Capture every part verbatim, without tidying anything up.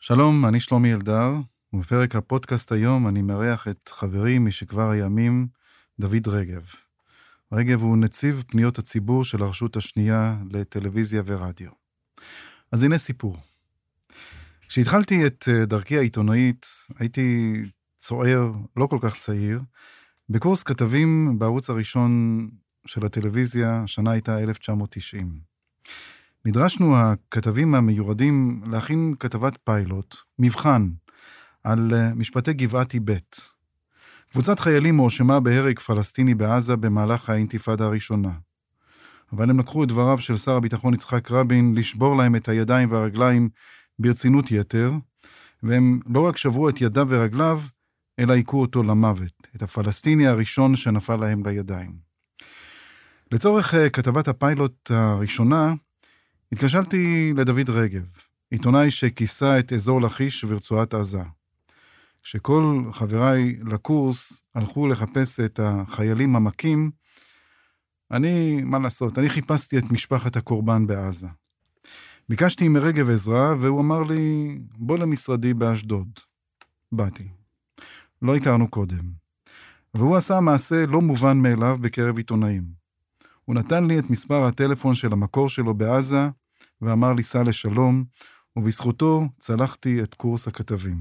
שלום, אני שלומי אלדר, ובפרק הפודקאסט היום אני מארח את חברי משכבר הימים, דוד רגב. רגב הוא נציב פניות הציבור של הרשות השנייה לטלוויזיה ורדיו. אז הנה סיפור. כשהתחלתי את דרכי העיתונאית, הייתי צוער, לא כל כך צעיר, בקורס כתבים בערוץ הראשון של הטלוויזיה, השנה הייתה אלף תשע מאות תשעים. נדרשנו הכתבים המיורדים להכין כתבת פיילוט, מבחן, על משפטי גבעתי ב'. קבוצת חיילים מואשמה בהרג פלסטיני בעזה במהלך האינתיפאדה הראשונה. אבל הם לקחו את דבריו של שר הביטחון יצחק רבין לשבור להם את הידיים והרגליים ברצינות יתר, והם לא רק שברו את ידיו ורגליו, אלא עיקו אותו למוות, את הפלסטיני הראשון שנפל להם לידיים. לצורך כתבת הפיילוט הראשונה, התקשרתי לדוד רגב, עיתונאי שכיסה את אזור לכיש ורצועת עזה. כשכל חבריי לקורס הלכו לחפש את החיילים המכים, אני, מה לעשות, אני חיפשתי את משפחת הקורבן בעזה. ביקשתי מרגב עזרה, והוא אמר לי, בוא למשרדי באשדוד. באתי. לא הכרנו קודם. והוא עשה מעשה לא מובן מאליו בקרב עיתונאים. הוא נתן לי את מספר הטלפון של המקור שלו בעזה, ואמר לי סע לשלום, ובזכותו צלחתי את קורס הכתבים.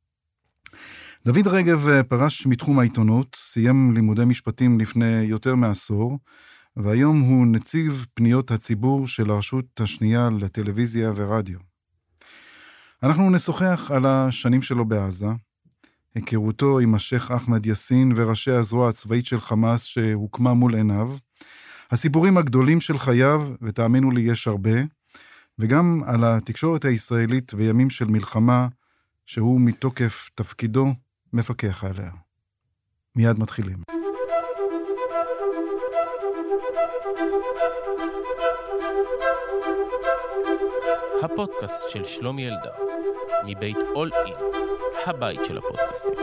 דוד רגב פרש מתחום העיתונות, סיים לימודי משפטים לפני יותר מעשור, והיום הוא נציב פניות הציבור של הרשות השנייה לטלוויזיה ורדיו. אנחנו נשוחח על השנים שלו בעזה, היכרותו עם השייח אחמד יאסין וראשי הזרוע הצבאית של חמאס שהוקמה מול עיניו, הסיפורים הגדולים של חייו, ותאמינו לי יש הרבה, וגם על התקשורת הישראלית בימים של מלחמה, שהוא מתוקף תפקידו מפקח עליה. מיד מתחילים. הפודקאסט של שלומי אלדר, מבית אול אין, הבית של הפודקאסטים.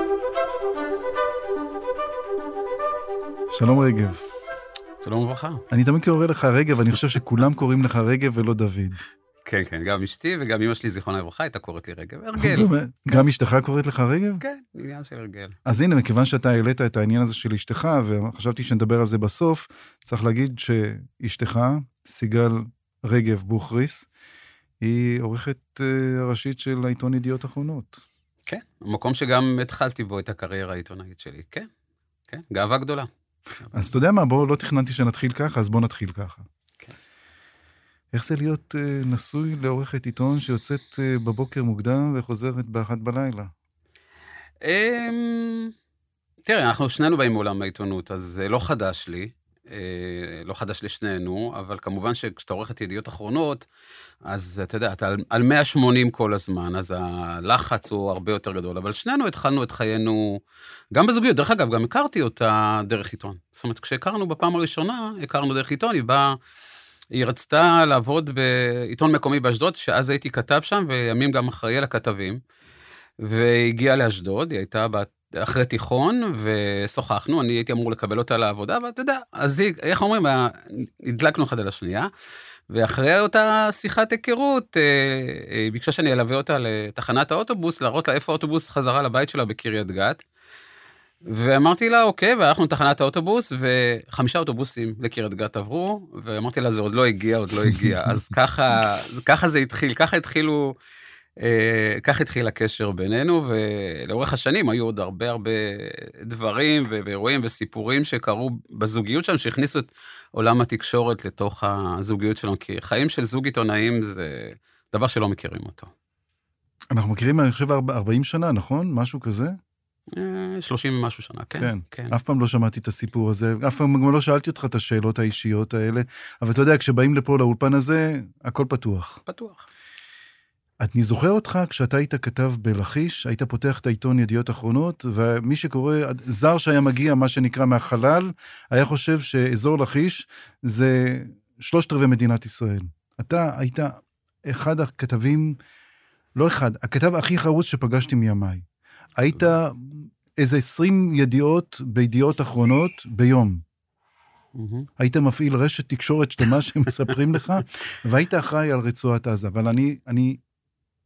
שלום רגב. שלום וברכה. אני תמיד קורא לך רגב, אני חושב שכולם קוראים לך רגב ולא דוד. כן, כן, גם אשתי וגם אמא שלי זיכרונה לברכה הייתה קוראת לי רגב. הרגל. גם אשתך קוראת לך רגב? כן, עניין של הרגל. אז הנה, מכיוון שאתה העלית את העניין הזה של אשתך, וחשבתי שנדבר על זה בסוף, צריך להגיד שאשתך, סיגל רגב בוכריס, היא עורכת הראשית של העיתון ידיעות אחרונות. כן, המקום שגם התחלתי בו את הקריירה העיתונאית שלי. כן, כן, גאווה גדולה. אז אתה יודע מה, בוא, לא תכננתי שנתחיל ככה, אז בוא נתחיל ככה. כן. איך זה להיות uh, נשוי לעורכת עיתון שיוצאת uh, בבוקר מוקדם וחוזרת באחת בלילה? Um, תראה, אנחנו שנינו באים מעולם העיתונות, אז זה לא חדש לי, uh, לא חדש לשנינו, אבל כמובן שכשאתה עורך את ידיעות אחרונות, אז אתה יודע, אתה על, על מאה ושמונים כל הזמן, אז הלחץ הוא הרבה יותר גדול, אבל שנינו התחלנו את חיינו, גם בזוגיות, דרך אגב, גם הכרתי אותה דרך עיתון. זאת אומרת, כשהכרנו בפעם הראשונה, הכרנו דרך עיתון, היא באה, היא רצתה לעבוד בעיתון מקומי באשדוד, שאז הייתי כתב שם, וימים גם אחראי על הכתבים, והגיעה לאשדוד, היא הייתה אחרי תיכון, ושוחחנו, אני הייתי אמור לקבל אותה לעבודה, ואתה יודע, אז היא, איך אומרים, הדלקנו אחד על השנייה, ואחרי אותה שיחת היכרות, היא ביקשה שאני אלווה אותה לתחנת האוטובוס, להראות לה איפה האוטובוס חזרה לבית שלה בקריית גת, ואמרתי לה, אוקיי, והלכנו לתחנת האוטובוס, וחמישה אוטובוסים לקריית גת עברו, ואמרתי לה, זה עוד לא הגיע, עוד לא הגיע, אז ככה, ככה זה התחיל, ככה התחילו, ככה התחיל הקשר בינינו, ולאורך השנים היו עוד הרבה הרבה דברים, ואירועים וסיפורים שקרו בזוגיות שלנו, שהכניסו את עולם התקשורת לתוך הזוגיות שלנו, כי חיים של זוג עיתונאים זה דבר שלא מכירים אותו. אנחנו מכירים, אני חושב, ארבעים שנה, נכון? משהו כזה? שלושים ומשהו שנה, כן. כן, כן. אף פעם לא שמעתי את הסיפור הזה, אף פעם גם לא שאלתי אותך את השאלות האישיות האלה, אבל אתה יודע, כשבאים לפה לאולפן הזה, הכל פתוח. פתוח. אני זוכר אותך כשאתה היית כתב בלכיש, היית פותח את העיתון ידיעות אחרונות, ומי שקורא, זר שהיה מגיע, מה שנקרא מהחלל, היה חושב שאזור לכיש זה שלושת רבעי מדינת ישראל. אתה היית אחד הכתבים, לא אחד, הכתב הכי חרוץ שפגשתי מימיי. היית איזה עשרים ידיעות בידיעות אחרונות ביום. היית מפעיל רשת תקשורת שלמה שמספרים לך, והיית אחראי על רצועת עזה. אבל אני, אני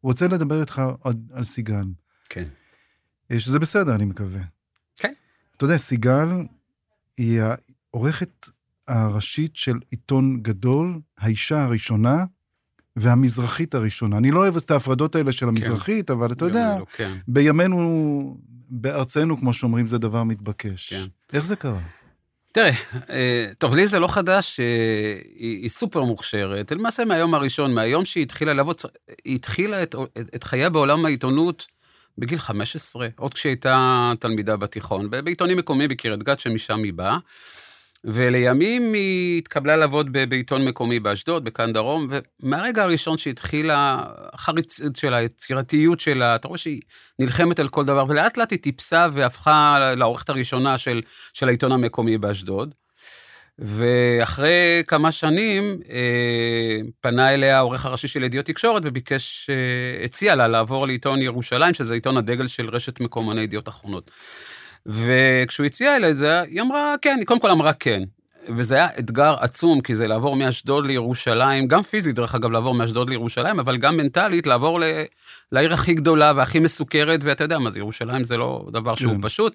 רוצה לדבר איתך עוד על סיגל. כן. שזה בסדר, אני מקווה. כן. אתה יודע, סיגל היא העורכת הראשית של עיתון גדול, האישה הראשונה, והמזרחית הראשונה. אני לא אוהב את ההפרדות האלה של המזרחית, כן. אבל אתה יודע, לא, כן. בימינו, בארצנו, כמו שאומרים, זה דבר מתבקש. כן. איך זה קרה? תראה, טוב, לי זה לא חדש, היא, היא סופר מוכשרת. למעשה מהיום הראשון, מהיום שהיא התחילה לעבוד, היא התחילה את, את חייה בעולם העיתונות בגיל חמש עשרה, עוד כשהייתה תלמידה בתיכון, בעיתונים מקומיים בקריית גת, שמשם היא באה, ולימים היא התקבלה לעבוד בעיתון מקומי באשדוד, בכאן דרום, ומהרגע הראשון שהתחילה החריצות שלה, היצירתיות שלה, אתה רואה שהיא נלחמת על כל דבר, ולאט לאט היא טיפסה והפכה לעורכת הראשונה של, של העיתון המקומי באשדוד, ואחרי כמה שנים אה, פנה אליה העורך הראשי של ידיעות תקשורת, וביקש, אה, הציע לה לעבור לעיתון ירושלים, שזה עיתון הדגל של רשת מקומוני ידיעות אחרונות. וכשהוא הציע אליה את זה, היא אמרה כן, היא קודם כל אמרה כן. וזה היה אתגר עצום, כי זה לעבור מאשדוד לירושלים, גם פיזית דרך אגב לעבור מאשדוד לירושלים, אבל גם מנטלית לעבור ל... לעיר הכי גדולה והכי מסוכרת, ואתה יודע מה זה, ירושלים זה לא דבר שהוא פשוט.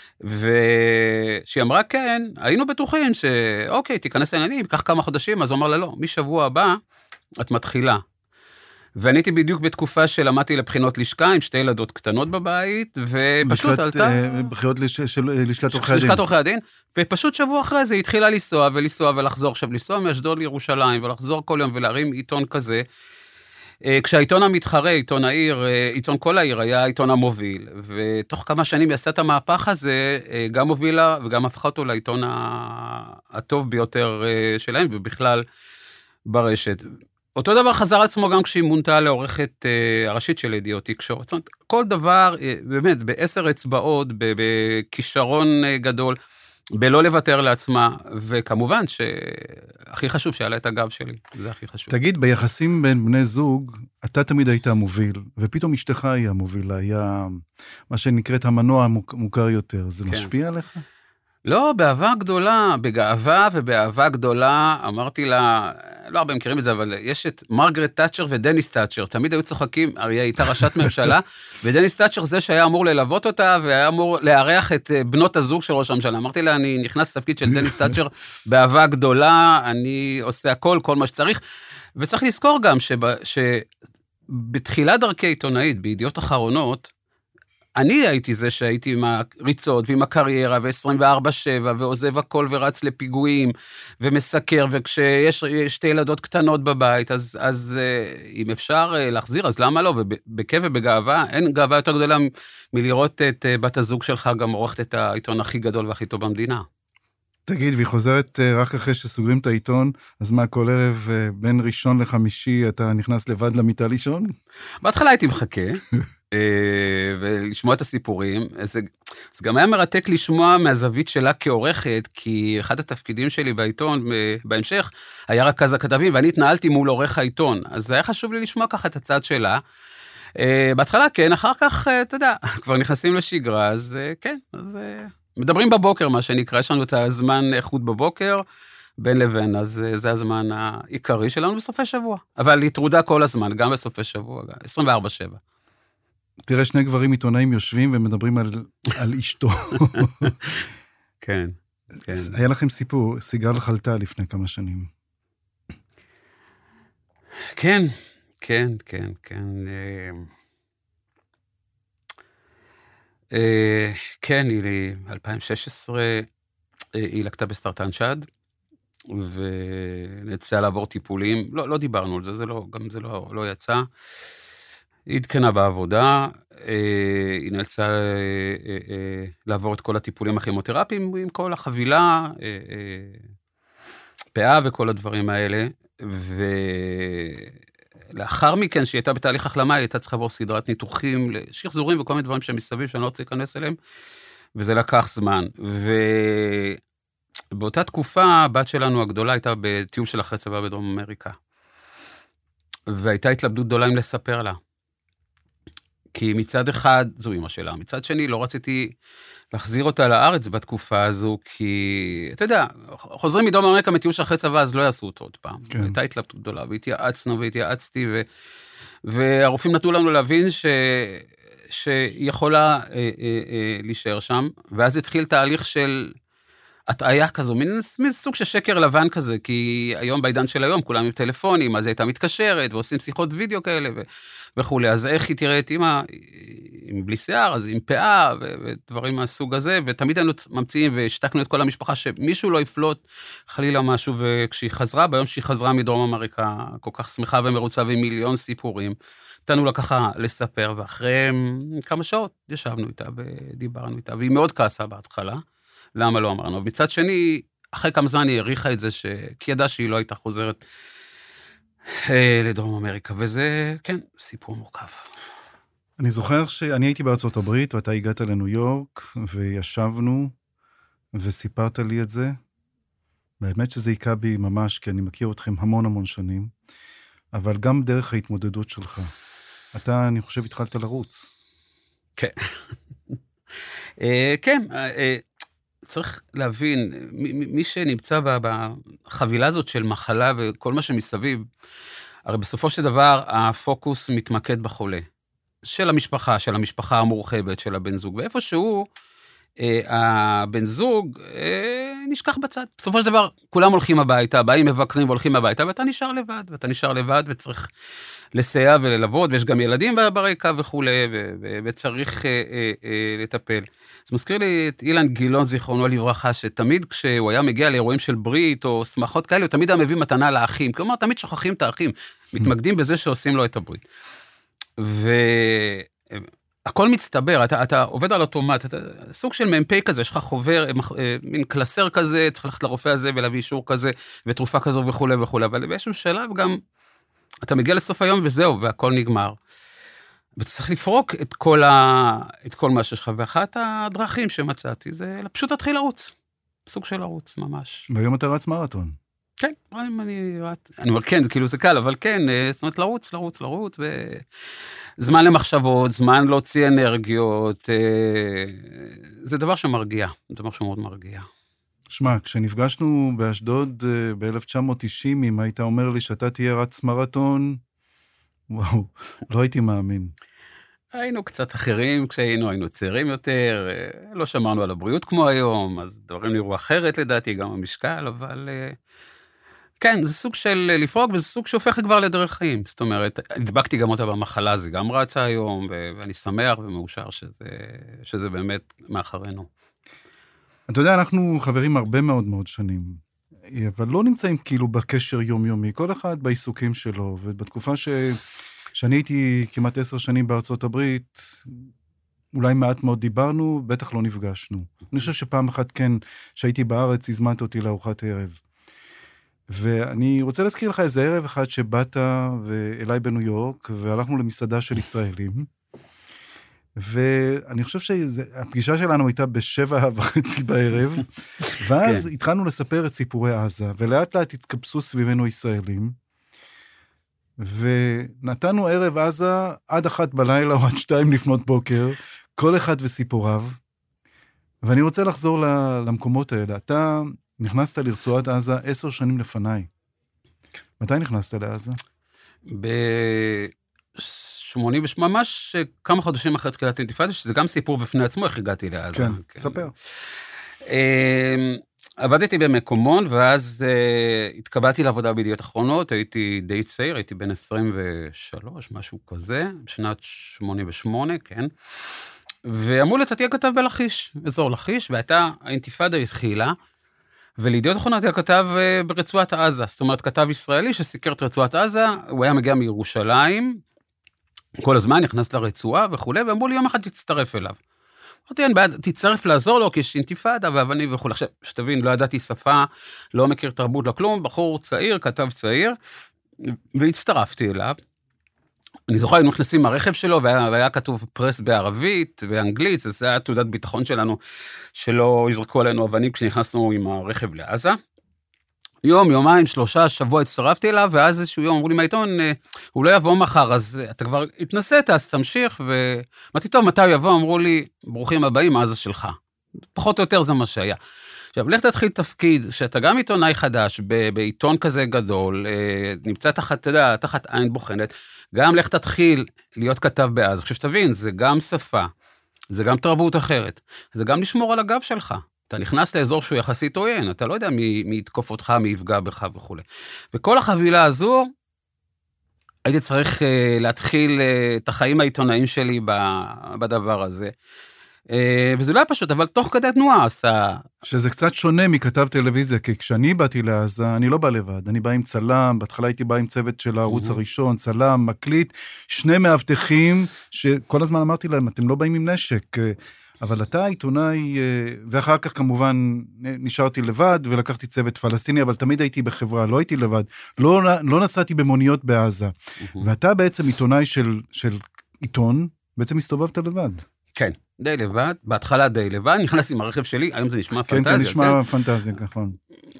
ושהיא אמרה כן, היינו בטוחים שאוקיי, תיכנס לעניינים, ייקח כמה חודשים, אז הוא אמר לה לא, משבוע הבא את מתחילה. ואני הייתי בדיוק בתקופה שלמדתי לבחינות לשכה, עם שתי ילדות קטנות בבית, ופשוט עלתה... בחינות של לשכת עורכי הדין. לשכת עורכי הדין, ופשוט שבוע אחרי זה התחילה לנסוע ולנסוע ולחזור. עכשיו, לנסוע מאשדוד לירושלים, ולחזור כל יום ולהרים עיתון כזה, כשהעיתון המתחרה, עיתון העיר, עיתון כל העיר, היה העיתון המוביל, ותוך כמה שנים היא עשתה את המהפך הזה, גם הובילה וגם הפכה אותו לעיתון הטוב ביותר שלהם, ובכלל ברשת. אותו דבר חזר עצמו גם כשהיא מונתה לעורכת הראשית של ידיעות תקשורת. זאת אומרת, כל דבר, באמת, בעשר אצבעות, בכישרון גדול, בלא לוותר לעצמה, וכמובן שהכי חשוב שהיה לה את הגב שלי, זה הכי חשוב. תגיד, ביחסים בין בני זוג, אתה תמיד היית המוביל, ופתאום אשתך היא המובילה, היה מה שנקראת המנוע המוכר יותר, זה כן. משפיע עליך? לא, באהבה גדולה, בגאווה ובאהבה גדולה, אמרתי לה, לא הרבה מכירים את זה, אבל יש את מרגרט תאצ'ר ודניס תאצ'ר, תמיד היו צוחקים, הרי הייתה ראשת ממשלה, ודניס תאצ'ר זה שהיה אמור ללוות אותה, והיה אמור לארח את בנות הזוג של ראש הממשלה. אמרתי לה, אני נכנס לתפקיד של דניס תאצ'ר באהבה גדולה, אני עושה הכל, כל מה שצריך, וצריך לזכור גם שבתחילת דרכי עיתונאית, בידיעות אחרונות, אני הייתי זה שהייתי עם הריצות ועם הקריירה ו-עשרים וארבע שבע ועוזב הכל ורץ לפיגועים ומסקר, וכשיש שתי ילדות קטנות בבית, אז, אז אם אפשר להחזיר, אז למה לא? ובכיף ובגאווה, אין גאווה יותר גדולה מלראות את בת הזוג שלך גם עורכת את העיתון הכי גדול והכי טוב במדינה. תגיד, והיא חוזרת רק אחרי שסוגרים את העיתון, אז מה, כל ערב בין ראשון לחמישי אתה נכנס לבד למיטה לישון? בהתחלה הייתי מחכה. ולשמוע את הסיפורים, זה, זה גם היה מרתק לשמוע מהזווית שלה כעורכת, כי אחד התפקידים שלי בעיתון, בהמשך, היה רכז הכתבים, ואני התנהלתי מול עורך העיתון, אז זה היה חשוב לי לשמוע ככה את הצד שלה, בהתחלה כן, אחר כך, אתה יודע, כבר נכנסים לשגרה, אז כן, אז מדברים בבוקר, מה שנקרא, יש לנו את הזמן איכות בבוקר, בין לבין, אז זה הזמן העיקרי שלנו בסופי שבוע, אבל היא טרודה כל הזמן, גם בסופי שבוע, עשרים וארבע שבע. תראה, שני גברים עיתונאים יושבים ומדברים על, על אשתו. כן, כן. היה לכם סיפור, סיגל חלתה לפני כמה שנים. כן, כן, כן, כן. כן, היא ב-אלפיים ושש עשרה, היא לקטה בסרטן שד, ונצאה לעבור טיפולים, לא, לא דיברנו על זה, זה לא, גם זה לא, לא יצא. היא התקנה בעבודה, היא נאלצה לעבור את כל הטיפולים הכימותרפיים, עם כל החבילה, פאה וכל הדברים האלה, ולאחר מכן, שהיא הייתה בתהליך החלמה, היא הייתה צריכה לעבור סדרת ניתוחים, שחזורים וכל מיני דברים שמסביב, שאני לא רוצה להיכנס אליהם, וזה לקח זמן. ובאותה תקופה, הבת שלנו הגדולה הייתה בטיול של אחרי צבא בדרום אמריקה, והייתה התלבטות גדולה אם לספר לה. כי מצד אחד, זו אמא שלה, מצד שני, לא רציתי להחזיר אותה לארץ בתקופה הזו, כי, אתה יודע, חוזרים מדרום אמריקה מטיוש אחרי צבא, אז לא יעשו אותו עוד פעם. כן. הייתה התלבטות גדולה, והתייעצנו והתייעצתי, ו... והרופאים נתנו לנו להבין ש... שיכולה אה, אה, אה, להישאר שם, ואז התחיל תהליך של הטעיה כזו, מין, מין סוג של שקר לבן כזה, כי היום בעידן של היום, כולם עם טלפונים, אז היא הייתה מתקשרת, ועושים שיחות וידאו כאלה ו... וכו'. אז איך היא תראה את אמא, עם בלי שיער, אז עם פאה, ו... ודברים מהסוג הזה, ותמיד היינו ממציאים, והשתקנו את כל המשפחה, שמישהו לא יפלוט חלילה משהו, וכשהיא חזרה, ביום שהיא חזרה מדרום אמריקה, כל כך שמחה ומרוצה, ועם מיליון סיפורים, נתנו לה ככה לספר, ואחרי כמה שעות ישבנו איתה, ודיברנו איתה, והיא מאוד כעסה בהתחלה, למה לא אמרנו? מצד שני, אחרי כמה זמן היא העריכה את זה, ש... כי ידעה שהיא לא הייתה חוזרת אה, לדרום אמריקה, וזה, כן, סיפור מורכב. אני זוכר שאני הייתי בארצות הברית, ואתה הגעת לניו יורק, וישבנו, וסיפרת לי את זה. באמת שזה היכה בי ממש, כי אני מכיר אתכם המון המון שנים, אבל גם דרך ההתמודדות שלך. אתה, אני חושב, התחלת לרוץ. כן. כן, צריך להבין, מי שנמצא בחבילה הזאת של מחלה וכל מה שמסביב, הרי בסופו של דבר הפוקוס מתמקד בחולה, של המשפחה, של המשפחה המורחבת, של הבן זוג, ואיפשהו הבן זוג נשכח בצד. בסופו של דבר כולם הולכים הביתה, באים מבקרים והולכים הביתה, ואתה נשאר לבד, ואתה נשאר לבד וצריך לסייע וללוות, ויש גם ילדים ברקע וכו', וצריך לטפל. אז מזכיר לי את אילן גילון, זיכרונו לברכה, שתמיד כשהוא היה מגיע לאירועים של ברית או שמחות כאלה, הוא תמיד היה מביא מתנה לאחים, כלומר, תמיד שוכחים את האחים, מתמקדים בזה שעושים לו את הברית. והכל מצטבר, אתה, אתה עובד על אוטומט, אתה, סוג של מ"פ כזה, יש לך חובר, מין קלסר כזה, צריך ללכת לרופא הזה ולהביא אישור כזה, ותרופה כזו וכו' וכו', אבל באיזשהו שלב גם, אתה מגיע לסוף היום וזהו, והכל נגמר. ואתה צריך לפרוק את כל, ה... את כל מה שיש לך, ואחת הדרכים שמצאתי זה פשוט להתחיל לרוץ, סוג של לרוץ ממש. והיום אתה רץ מרתון. כן, אני רץ, אני אומר כן, זה כאילו זה קל, אבל כן, זאת אומרת לרוץ, לרוץ, לרוץ, וזמן למחשבות, זמן להוציא אנרגיות, זה דבר שמרגיע, זה דבר שמאוד מרגיע. שמע, כשנפגשנו באשדוד ב-אלף תשע מאות תשעים, אם היית אומר לי שאתה תהיה רץ מרתון, וואו, לא הייתי מאמין. היינו קצת אחרים, כשהיינו, היינו צעירים יותר, לא שמרנו על הבריאות כמו היום, אז דברים נראו אחרת לדעתי, גם המשקל, אבל כן, זה סוג של לפרוק, וזה סוג שהופך כבר לדרך חיים. זאת אומרת, הדבקתי גם אותה במחלה, זה גם רצה היום, ואני שמח ומאושר שזה, שזה באמת מאחרינו. אתה יודע, אנחנו חברים הרבה מאוד מאוד שנים, אבל לא נמצאים כאילו בקשר יומיומי, כל אחד בעיסוקים שלו, ובתקופה ש... שאני הייתי כמעט עשר שנים בארצות הברית, אולי מעט מאוד דיברנו, בטח לא נפגשנו. אני חושב שפעם אחת כן, שהייתי בארץ, הזמנת אותי לארוחת ערב. ואני רוצה להזכיר לך איזה ערב אחד שבאת אליי בניו יורק, והלכנו למסעדה של ישראלים, ואני חושב שהפגישה שלנו הייתה בשבע וחצי בערב, ואז כן. התחלנו לספר את סיפורי עזה, ולאט לאט התקבצו סביבנו ישראלים, ונתנו ערב עזה עד אחת בלילה או עד שתיים לפנות בוקר, כל אחד וסיפוריו, ואני רוצה לחזור למקומות האלה. אתה נכנסת לרצועת עזה עשר שנים לפניי. מתי נכנסת לעזה? ב-שמונים, ממש כמה חודשים אחרי תחילת האינתיפאדה, שזה גם סיפור בפני עצמו, איך הגעתי לעזה. כן, ספר. עבדתי במקומון, ואז uh, התקבלתי לעבודה בידיעות אחרונות, הייתי די צעיר, הייתי בן עשרים ושלוש, משהו כזה, בשנת שמונים ושמונה, כן. ואמרו לי, אתה תהיה כתב בלחיש, אזור לחיש, והייתה, האינתיפאדה התחילה, ולידיעות אחרונות היה כתב uh, ברצועת עזה, זאת אומרת, כתב ישראלי שסיקר את רצועת עזה, הוא היה מגיע מירושלים, כל הזמן נכנס לרצועה וכו', ואמרו לי, יום אחד תצטרף אליו. אמרתי, אין בעד, תצטרף לעזור לו, כי יש אינתיפאדה ואבנים וכו'. עכשיו, שתבין, לא ידעתי שפה, לא מכיר תרבות, לא כלום, בחור צעיר, כתב צעיר, והצטרפתי אליו. אני זוכר, היינו נכנסים מהרכב שלו, והיה, והיה כתוב פרס בערבית, באנגלית, זה היה תעודת ביטחון שלנו, שלא יזרקו עלינו אבנים כשנכנסנו עם הרכב לעזה. יום, יומיים, שלושה, שבוע הצטרפתי אליו, ואז איזשהו יום אמרו לי מהעיתון, הוא לא יבוא מחר, אז אתה כבר התנסית, אז תמשיך, ואמרתי, טוב, מתי הוא יבוא? אמרו לי, ברוכים הבאים, אז זה שלך. פחות או יותר זה מה שהיה. עכשיו, לך תתחיל תפקיד, שאתה גם עיתונאי חדש, בעיתון כזה גדול, נמצא תחת, אתה יודע, תחת עין בוחנת, גם לך תתחיל להיות כתב בעזה. עכשיו, שתבין, זה גם שפה, זה גם תרבות אחרת, זה גם לשמור על הגב שלך. אתה נכנס לאזור שהוא יחסית עוין, אתה לא יודע מי, מי יתקוף אותך, מי יפגע בך וכו'. וכל החבילה הזו, הייתי צריך uh, להתחיל uh, את החיים העיתונאיים שלי בדבר הזה. Uh, וזה לא היה פשוט, אבל תוך כדי תנועה עשתה... שזה קצת שונה מכתב טלוויזיה, כי כשאני באתי לעזה, אני לא בא לבד, אני בא עם צלם, בהתחלה הייתי בא עם צוות של הערוץ mm-hmm. הראשון, צלם, מקליט, שני מאבטחים, שכל הזמן אמרתי להם, אתם לא באים עם נשק, אבל אתה עיתונאי, ואחר כך כמובן נשארתי לבד, ולקחתי צוות פלסטיני, אבל תמיד הייתי בחברה, לא הייתי לבד, לא, לא נסעתי במוניות בעזה, mm-hmm. ואתה בעצם עיתונאי של, של עיתון, בעצם הסתובבת לבד. כן, די לבד, בהתחלה די לבד, נכנסתי עם הרכב שלי, היום זה נשמע כן, פנטזיה. כן, זה נשמע כן? פנטזיה, נכון.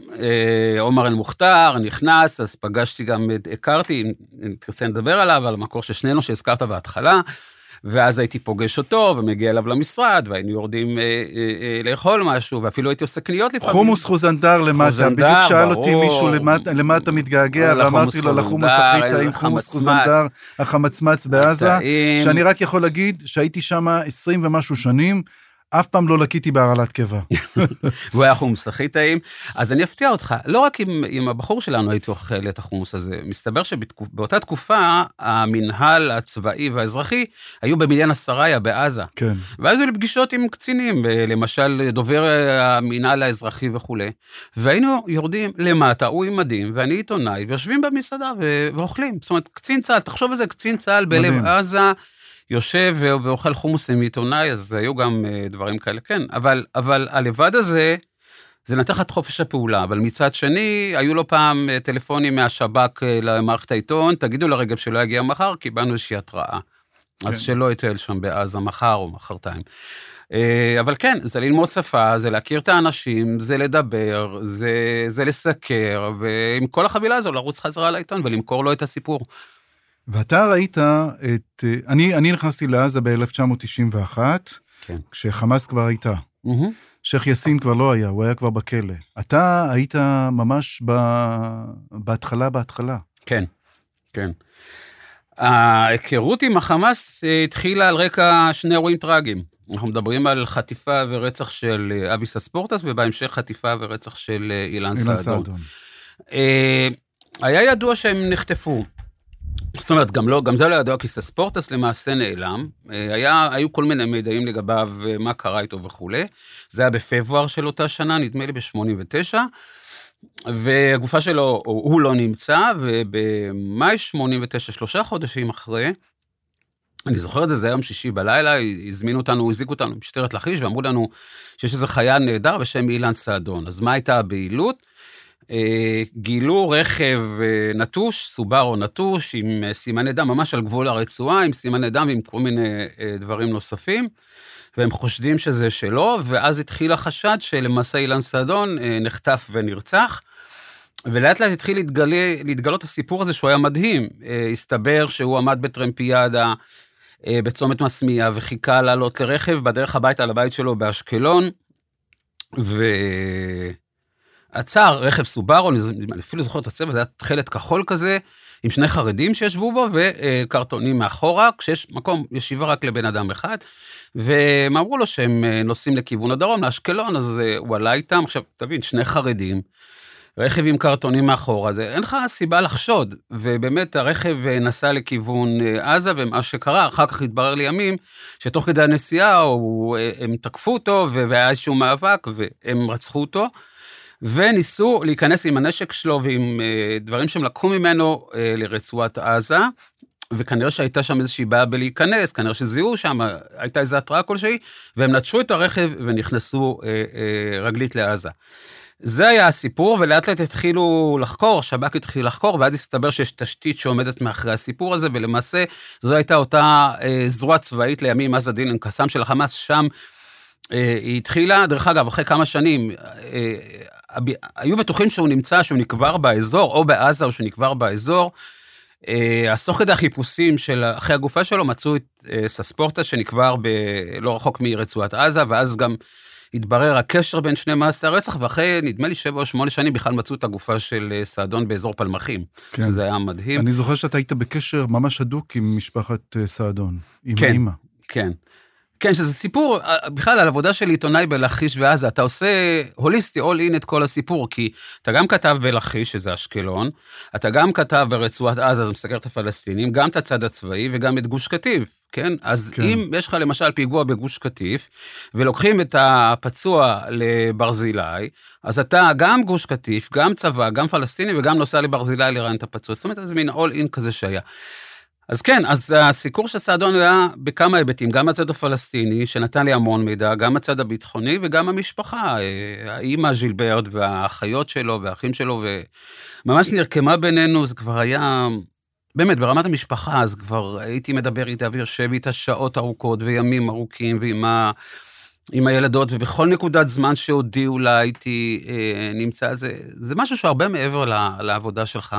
עומר אל-מוכתר נכנס, אז פגשתי גם, הכרתי, אם תרצה לדבר עליו, על המקור ששנינו שהזכרת בהתחלה, ואז הייתי פוגש אותו, ומגיע אליו למשרד, והיינו יורדים אה, אה, לאכול משהו, ואפילו הייתי עושה קניות לפעמים. חומוס חוזנדר למטה, בדיוק שאל אותי מישהו למטה, למטה מתגעגע, ואמרתי לו לחומוס הכי טעים, חומוס חוזנדר, החמצמץ בעזה, שאני רק יכול להגיד שהייתי שם עשרים ומשהו שנים, אף פעם לא לקיתי בהרעלת קיבה. והוא היה חומוס הכי טעים. אז אני אפתיע אותך, לא רק עם, עם הבחור שלנו הייתי אוכל את החומוס הזה, מסתבר שבאותה תקופה, המנהל הצבאי והאזרחי, היו במדיין הסריה בעזה. כן. ואז היו לי פגישות עם קצינים, למשל דובר המנהל האזרחי וכו'. והיינו יורדים למטה, הוא עם מדים, ואני עיתונאי, ויושבים במסעדה ואוכלים. זאת אומרת, קצין צה"ל, תחשוב על זה, קצין צה"ל בלב עזה, יושב ואוכל חומוס עם עיתונאי, אז היו גם דברים כאלה, כן, אבל, אבל הלבד הזה, זה נתח את חופש הפעולה, אבל מצד שני, היו לו פעם טלפונים מהשב"כ למערכת העיתון, תגידו לרגב שלא יגיע מחר, קיבלנו איזושהי התראה, כן. אז שלא יטייל שם בעזה מחר או מחרתיים. אבל כן, זה ללמוד שפה, זה להכיר את האנשים, זה לדבר, זה, זה לסקר, ועם כל החבילה הזו, לרוץ חזרה לעיתון ולמכור לו את הסיפור. ואתה ראית את, אני, אני נכנסתי לעזה ב-אלף תשע מאות תשעים ואחת, כן. כשחמאס כבר הייתה. Mm-hmm. שייח יאסין כבר לא היה, הוא היה כבר בכלא. אתה היית ממש ב... בהתחלה, בהתחלה. כן, כן. ההיכרות עם החמאס התחילה על רקע שני אירועים טרגיים. אנחנו מדברים על חטיפה ורצח של אבי סספורטס, ובהמשך חטיפה ורצח של אילן סעדון. סעדון. היה ידוע שהם נחטפו. זאת אומרת, גם, לא, גם זה לא ידוע, כי סספורטס למעשה נעלם, היה, היו כל מיני מידעים לגביו, מה קרה איתו וכו'. זה היה בפברואר של אותה שנה, נדמה לי ב-שמונים ותשע, והגופה שלו, הוא לא נמצא, ובמאי שמונים ותשע, שלושה חודשים אחרי, אני זוכר את זה, זה היום שישי בלילה, הזמינו אותנו, הזיקו אותנו משטרת לכיש, ואמרו לנו שיש איזה חייל נהדר בשם אילן סעדון. אז מה הייתה הבעילות? גילו רכב נטוש, סובארו נטוש, עם סימני דם, ממש על גבול הרצועה, עם סימני דם ועם כל מיני דברים נוספים, והם חושדים שזה שלו, ואז התחיל החשד שלמעשה אילן סעדון נחטף ונרצח, ולאט לאט התחיל להתגלה, להתגלות הסיפור הזה שהוא היה מדהים, הסתבר שהוא עמד בטרמפיאדה, בצומת מסמיה, וחיכה לעלות לרכב, בדרך הביתה לבית שלו באשקלון, ו... עצר רכב סובארו, אני אפילו זוכר את הצבע, זה היה תחילת כחול כזה, עם שני חרדים שישבו בו, וקרטונים מאחורה, כשיש מקום ישיבה רק לבן אדם אחד, והם אמרו לו שהם נוסעים לכיוון הדרום, לאשקלון, אז הוא עלה איתם, עכשיו תבין, שני חרדים, רכב עם קרטונים מאחורה, זה, אין לך סיבה לחשוד, ובאמת הרכב נסע לכיוון עזה, ומה שקרה, אחר כך התברר לימים, שתוך כדי הנסיעה, הם תקפו אותו, והיה איזשהו מאבק, והם רצחו אותו, וניסו להיכנס עם הנשק שלו ועם דברים שהם לקחו ממנו לרצועת עזה, וכנראה שהייתה שם איזושהי בעיה בלהיכנס, כנראה שזיהו שם, הייתה איזו התראה כלשהי, והם נטשו את הרכב ונכנסו רגלית לעזה. זה היה הסיפור, ולאט לאט התחילו לחקור, שב"כ התחיל לחקור, ואז הסתבר שיש תשתית שעומדת מאחורי הסיפור הזה, ולמעשה זו הייתה אותה זרוע צבאית לימים, עז א-דין אל-קסאם של החמאס, שם היא התחילה, דרך אגב, אחרי כמה שנים, היו בטוחים שהוא נמצא, שהוא נקבר באזור, או בעזה, או שהוא נקבר באזור, אז תוך כדי החיפושים של אחרי הגופה שלו, מצאו את סספורטה, שנקבר לא רחוק מרצועת עזה, ואז גם התברר הקשר בין שני מעשי הרצח, ואחרי, נדמה לי, שבע או שמונה שנים, בכלל מצאו את הגופה של סעדון באזור פלמחים, כן. שזה היה מדהים. אני זוכר שאתה היית בקשר ממש הדוק עם משפחת סעדון, עם כן, האמא. כן. כן, שזה סיפור, בכלל, על עבודה של עיתונאי בלחיש ועזה, אתה עושה הוליסטי, all in את כל הסיפור, כי אתה גם כתב בלחיש, שזה אשקלון, אתה גם כתב ברצועת עזה, זה מסקר את הפלסטינים, גם את הצד הצבאי וגם את גוש קטיף, כן? אז כן. אם יש לך למשל פיגוע בגוש קטיף, ולוקחים את הפצוע לברזילי, אז אתה גם גוש קטיף, גם צבא, גם פלסטיני, וגם נוסע לברזילי לראיין את הפצוע. זאת אומרת, זה מין all in כזה שהיה. אז כן, אז הסיקור של סעדון היה בכמה היבטים, גם הצד הפלסטיני, שנתן לי המון מידע, גם הצד הביטחוני וגם המשפחה, האמא ז'ילברט והאחיות שלו והאחים שלו, וממש נרקמה בינינו, זה כבר היה, באמת, ברמת המשפחה, אז כבר הייתי מדבר איתה ויושב איתה שעות ארוכות וימים ארוכים, ועם ה... עם הילדות, ובכל נקודת זמן שהודיעו לה הייתי אה, נמצא, זה, זה משהו שהרבה מעבר לעבודה שלך,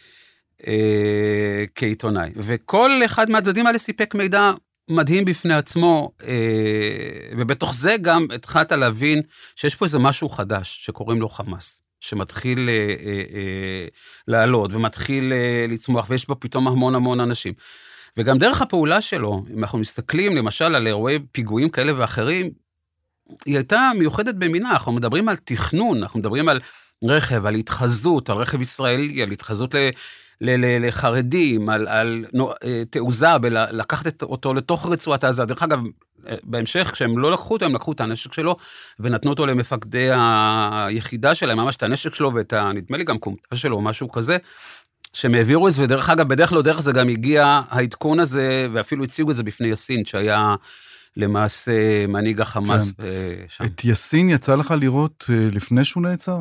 אה, כעיתונאי. וכל אחד מהצדדים האלה סיפק מידע מדהים בפני עצמו, אה, ובתוך זה גם התחלת להבין שיש פה איזה משהו חדש, שקוראים לו חמאס, שמתחיל אה, אה, אה, לעלות, ומתחיל אה, לצמוח, ויש בו פתאום המון המון אנשים. וגם דרך הפעולה שלו, אם אנחנו מסתכלים למשל על אירועי פיגועים כאלה ואחרים, היא הייתה מיוחדת במינה, אנחנו מדברים על תכנון, אנחנו מדברים על רכב, על התחזות, על רכב ישראלי, על התחזות ל... לחרדים, על, על תעוזה, לקחת אותו לתוך רצועת עזה. דרך אגב, בהמשך, כשהם לא לקחו אותו, הם לקחו את הנשק שלו, ונתנו אותו למפקדי היחידה שלהם, ממש את הנשק שלו, ואת הנדמה לי גם קומטה שלו, משהו כזה, שהם העבירו את זה, ודרך אגב, בדרך לא דרך זה גם הגיע העדכון הזה, ואפילו הציגו את זה בפני יסין, שהיה למעשה מנהיג החמאס כן. שם. את יסין יצא לך לראות לפני שהוא נעצר?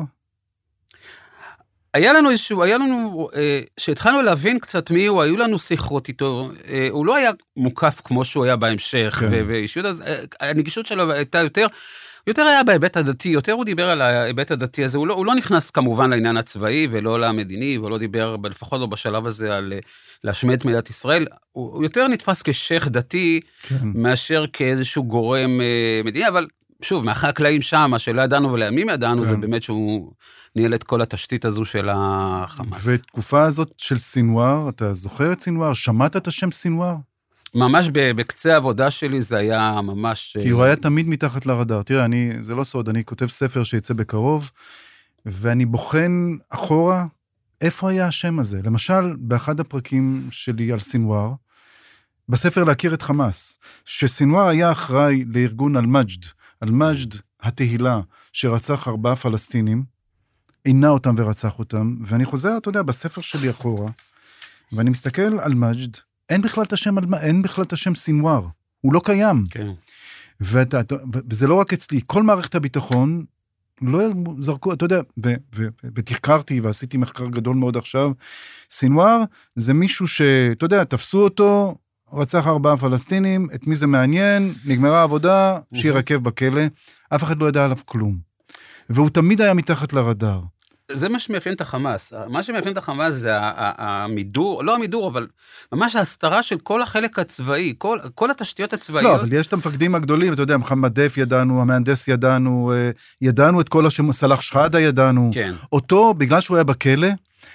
היה לנו איזשהו, היה לנו, אה, שהתחלנו להבין קצת מי הוא, היו לנו שיחות איתו, אה, הוא לא היה מוקף כמו שהוא היה בהמשך, כן. ואישיות, אז אה, הנגישות שלו הייתה יותר, יותר היה בהיבט הדתי, יותר הוא דיבר על ההיבט הדתי הזה, הוא לא, הוא לא נכנס כמובן לעניין הצבאי, ולא למדיני, ולא דיבר, לפחות לא בשלב הזה, על להשמיד את מדינת ישראל, הוא, הוא יותר נתפס כשייך דתי, כן. מאשר כאיזשהו גורם אה, מדיני, אבל שוב, מאחורי הקלעים שם, מה שלא ידענו ולימים ידענו, כן. זה באמת שהוא ניהל את כל התשתית הזו של החמאס. ותקופה הזאת של סינואר, אתה זוכר את סינואר? שמעת את השם סינואר? ממש בקצה העבודה שלי זה היה ממש... כי הוא היה תמיד מתחת לרדאר. תראה, אני, זה לא סוד, אני כותב ספר שיצא בקרוב, ואני בוחן אחורה, איפה היה השם הזה? למשל, באחד הפרקים שלי על סינואר, בספר להכיר את חמאס, שסינואר היה אחראי לארגון אל-מג'ד, אל-מג'ד התהילה, שרצח ארבעה פלסטינים, עינה אותם ורצח אותם, ואני חוזר, אתה יודע, בספר שלי אחורה, ואני מסתכל על מג'ד, אין בכלל את השם, אין בכלל את השם סינואר, הוא לא קיים. כן. ואתה, וזה לא רק אצלי, כל מערכת הביטחון, לא זרקו, אתה יודע, ו, ו, ותחקרתי ועשיתי מחקר גדול מאוד עכשיו, סינואר זה מישהו שאתה יודע, תפסו אותו, רצח ארבעה פלסטינים, את מי זה מעניין, נגמרה העבודה, שירקב בכלא, אף אחד לא ידע עליו כלום. והוא תמיד היה מתחת לרדאר. זה מה שמאפיין את החמאס. מה שמאפיין את החמאס זה המידור, לא המידור, אבל ממש ההסתרה של כל החלק הצבאי, כל, כל התשתיות הצבאיות. לא, אבל יש את המפקדים הגדולים, אתה יודע, מחמד דף ידענו, המהנדס ידענו, ידענו את כל השם, סלח שחאדה ידענו. כן. אותו, בגלל שהוא היה בכלא,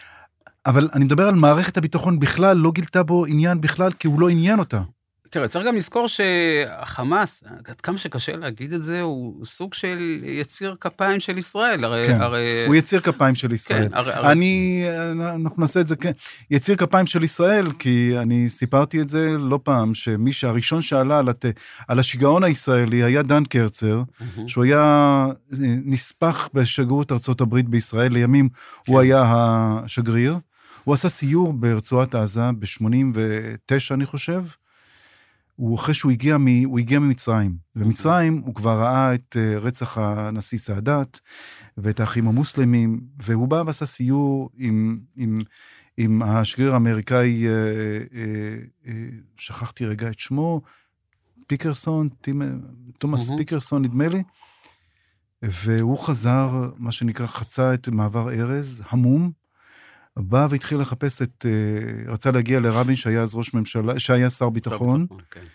אבל אני מדבר על מערכת הביטחון בכלל, לא גילתה בו עניין בכלל, כי הוא לא עניין אותה. תראה, צריך גם לזכור שהחמאס, עד כמה שקשה להגיד את זה, הוא סוג של יציר כפיים של ישראל. הרי, כן, הרי... הוא יציר כפיים של ישראל. כן, הרי, אני, אנחנו נעשה את זה, כן, יציר כפיים של ישראל, כי אני סיפרתי את זה לא פעם, שמי שהראשון שעלה על, הת... על השיגעון הישראלי היה דן קרצר, mm-hmm. שהוא היה נספח בשגרירות ארצות הברית בישראל, לימים כן. הוא היה השגריר, הוא עשה סיור ברצועת עזה, ב-שמונים ותשע אני חושב, הוא אחרי שהוא הגיע, מ, הוא הגיע ממצרים, ומצרים הוא כבר ראה את רצח הנשיא סאדאת, ואת האחים המוסלמים, והוא בא ועשה סיור עם, עם, עם השגריר האמריקאי, שכחתי רגע את שמו, פיקרסון, תומאס פיקרסון נדמה לי, והוא חזר, מה שנקרא, חצה את מעבר ארז, המום, בא והתחיל לחפש את, רצה להגיע לרבין שהיה אז ראש ממשלה, שהיה שר ביטחון,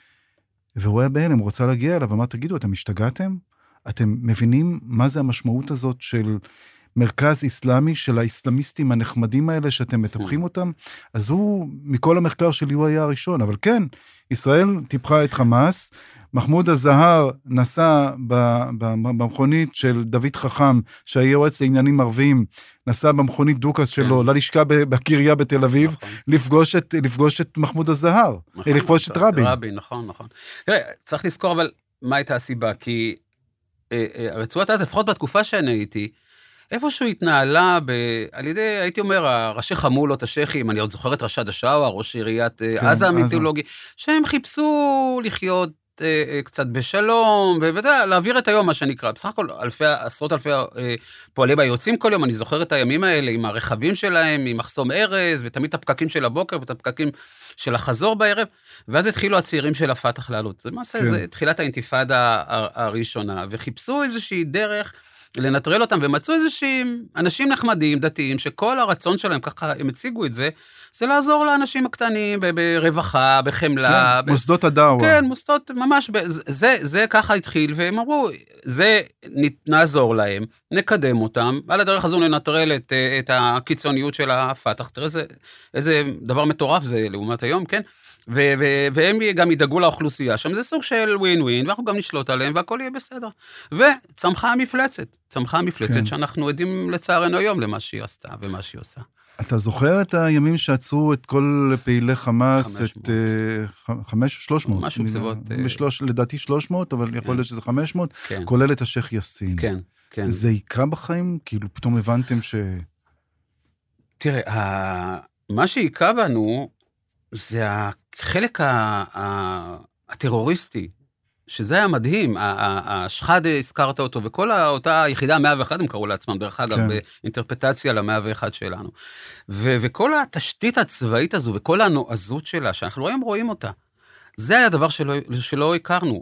והוא היה בהלם, הוא רצה להגיע אליו, אמר, תגידו, אתם השתגעתם? אתם מבינים מה זה המשמעות הזאת של מרכז איסלאמי, של האסלאמיסטים הנחמדים האלה, שאתם מטפחים אותם? אז הוא, מכל המחקר שלי, הוא היה הראשון, אבל כן, ישראל טיפחה את חמאס, מחמוד הזהר נסע במכונית של דוד חכם, שהיה יועץ לעניינים ערביים, נסע במכונית דוקס שלו, ללשכה בקריה בתל אביב, לפגוש את, לפגוש את מחמוד הזהר, לפגוש את רבין. רבין, נכון, נכון. תראה, צריך לזכור אבל מה הייתה הסיבה, כי הרצועת עזה, לפחות בתקופה שאני הייתי, איפשהו התנהלה ב... על ידי, הייתי אומר, הראשי חמולות, השייחים, אני עוד זוכר את רשד השאווה, ראש עיריית עזה המיתולוגי, שהם חיפשו לחיות קצת בשלום, ולהעביר את היום, מה שנקרא. בסך הכל, אלפי, עשרות אלפי פועלי בה יוצאים כל יום, אני זוכר את הימים האלה, עם הרכבים שלהם, עם מחסום ארז, ותמיד את הפקקים של הבוקר, ואת הפקקים של החזור בערב, ואז התחילו הצעירים של הפתח לעלות. זה מעשה, זה תחילת האינתיפאדה הראשונה, וחיפשו איזושהי דרך לנטרל אותם, ומצאו איזושהי אנשים נחמדים, דתיים, שכל הרצון שלהם, ככה הם הציגו את זה, זה לעזור לאנשים הקטנים, ברווחה, בחמלה. כן, מוסדות הדאווה. כן, מוסדות, ממש, זה, זה ככה התחיל, והם אמרו, זה נעזור להם, נקדם אותם, על הדרך הזו ננטרל את, את הקיצוניות של הפתח, תראה, זה, איזה דבר מטורף זה לעומת היום, כן? ו- ו- והם גם ידאגו לאוכלוסייה שם, זה סוג של ווין ווין, ואנחנו גם נשלוט עליהם, והכל יהיה בסדר. וצמחה המפלצת, צמחה המפלצת, כן. שאנחנו עדים לצערנו היום למה שהיא עשתה ומה שהיא עושה. אתה זוכר את הימים שעצרו את כל פעילי חמאס, את חמש, שלוש מאות? משהו קצוות. בשלוש, לדעתי שלוש מאות, אבל יכול להיות שזה חמש מאות, כן. כולל את השייח יאסין. כן, כן. זה יקרה בחיים? כאילו פתאום הבנתם ש... תראה, מה שיקרה בנו, זה החלק הטרוריסטי, שזה היה מדהים, השחד הזכרת אותו, וכל אותה יחידה מאה ואחת, הם קראו לעצמם, דרך אגב, באינטרפטציה ל-מאה ואחת שלנו. וכל התשתית הצבאית הזו, וכל הנועזות שלה, שאנחנו היום רואים אותה, זה היה דבר שלא הכרנו,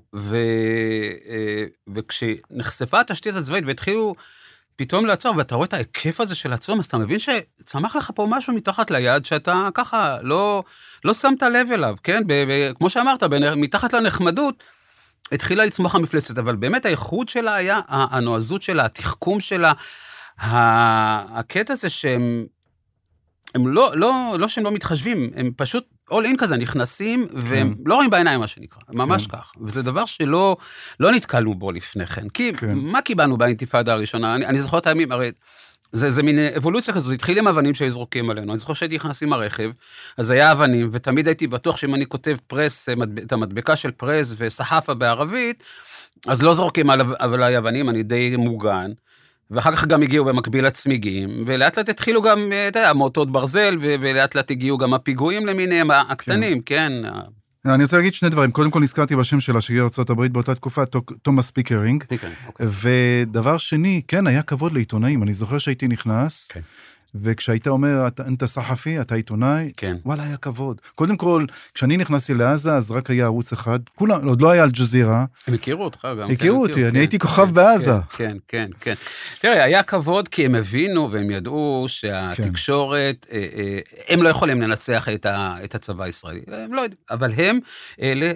וכשנחשפה התשתית הצבאית, והתחילו פתאום לעצור, ואתה רואה את ההיקף הזה של עצום, אז אתה מבין שצמח לך פה משהו מתחת ליד, שאתה ככה לא, לא שמת לב אליו, כן? ב- ב- כמו שאמרת, ב- מתחת לנחמדות, התחילה לצמוח המפלצת, אבל באמת האיכות שלה היה, הנועזות שלה, התחכום שלה, הקטע הזה שהם, הם לא, לא, לא שהם לא מתחשבים, הם פשוט all in כזה, נכנסים, והם לא רואים בעיניים מה שנקרא, ממש כך. וזה דבר שלא לא נתקלנו בו לפני כן. כי מה קיבלנו באינתיפאדה הראשונה? אני, אני זוכר את הימים, הרי זה, זה מין אבולוציה כזו, זה התחיל עם אבנים שהזרוקים עלינו. אני זוכר שהייתי נכנס עם הרכב, אז היה אבנים, ותמיד הייתי בטוח שאם אני כותב פרס, את המדבקה של פרס וסחפה בערבית, אז לא זורקים עליי אבנים, אני די מוגן. ואחר כך גם הגיעו במקביל הצמיגים, ולאט לאט התחילו גם, אתה יודע, מוטות ברזל, ולאט לאט הגיעו גם הפיגועים למיניהם, הקטנים, כן. אני רוצה להגיד שני דברים. קודם כל נזכרתי בשם של השגריר ארצות הברית באותה תקופה, תומאס פיקרינג. ודבר שני, כן, היה כבוד לעיתונאים. אני זוכר שהייתי נכנס, וכשהיית אומר, אתה סחפי, אתה עיתונאי, כן. וואלה, היה כבוד. קודם כל, כשאני נכנסתי לעזה, אז רק היה ערוץ אחד, כולם, עוד לא היה אל-ג'זירה. הם הכירו אותך גם. הכירו אותי, אני הייתי כוכב בעזה. כן, כן, כן. תראה, היה כבוד כי הם הבינו, והם ידעו שהתקשורת, הם לא יכולים לנצח את הצבא הישראלי, הם לא יודעים, אבל הם אלה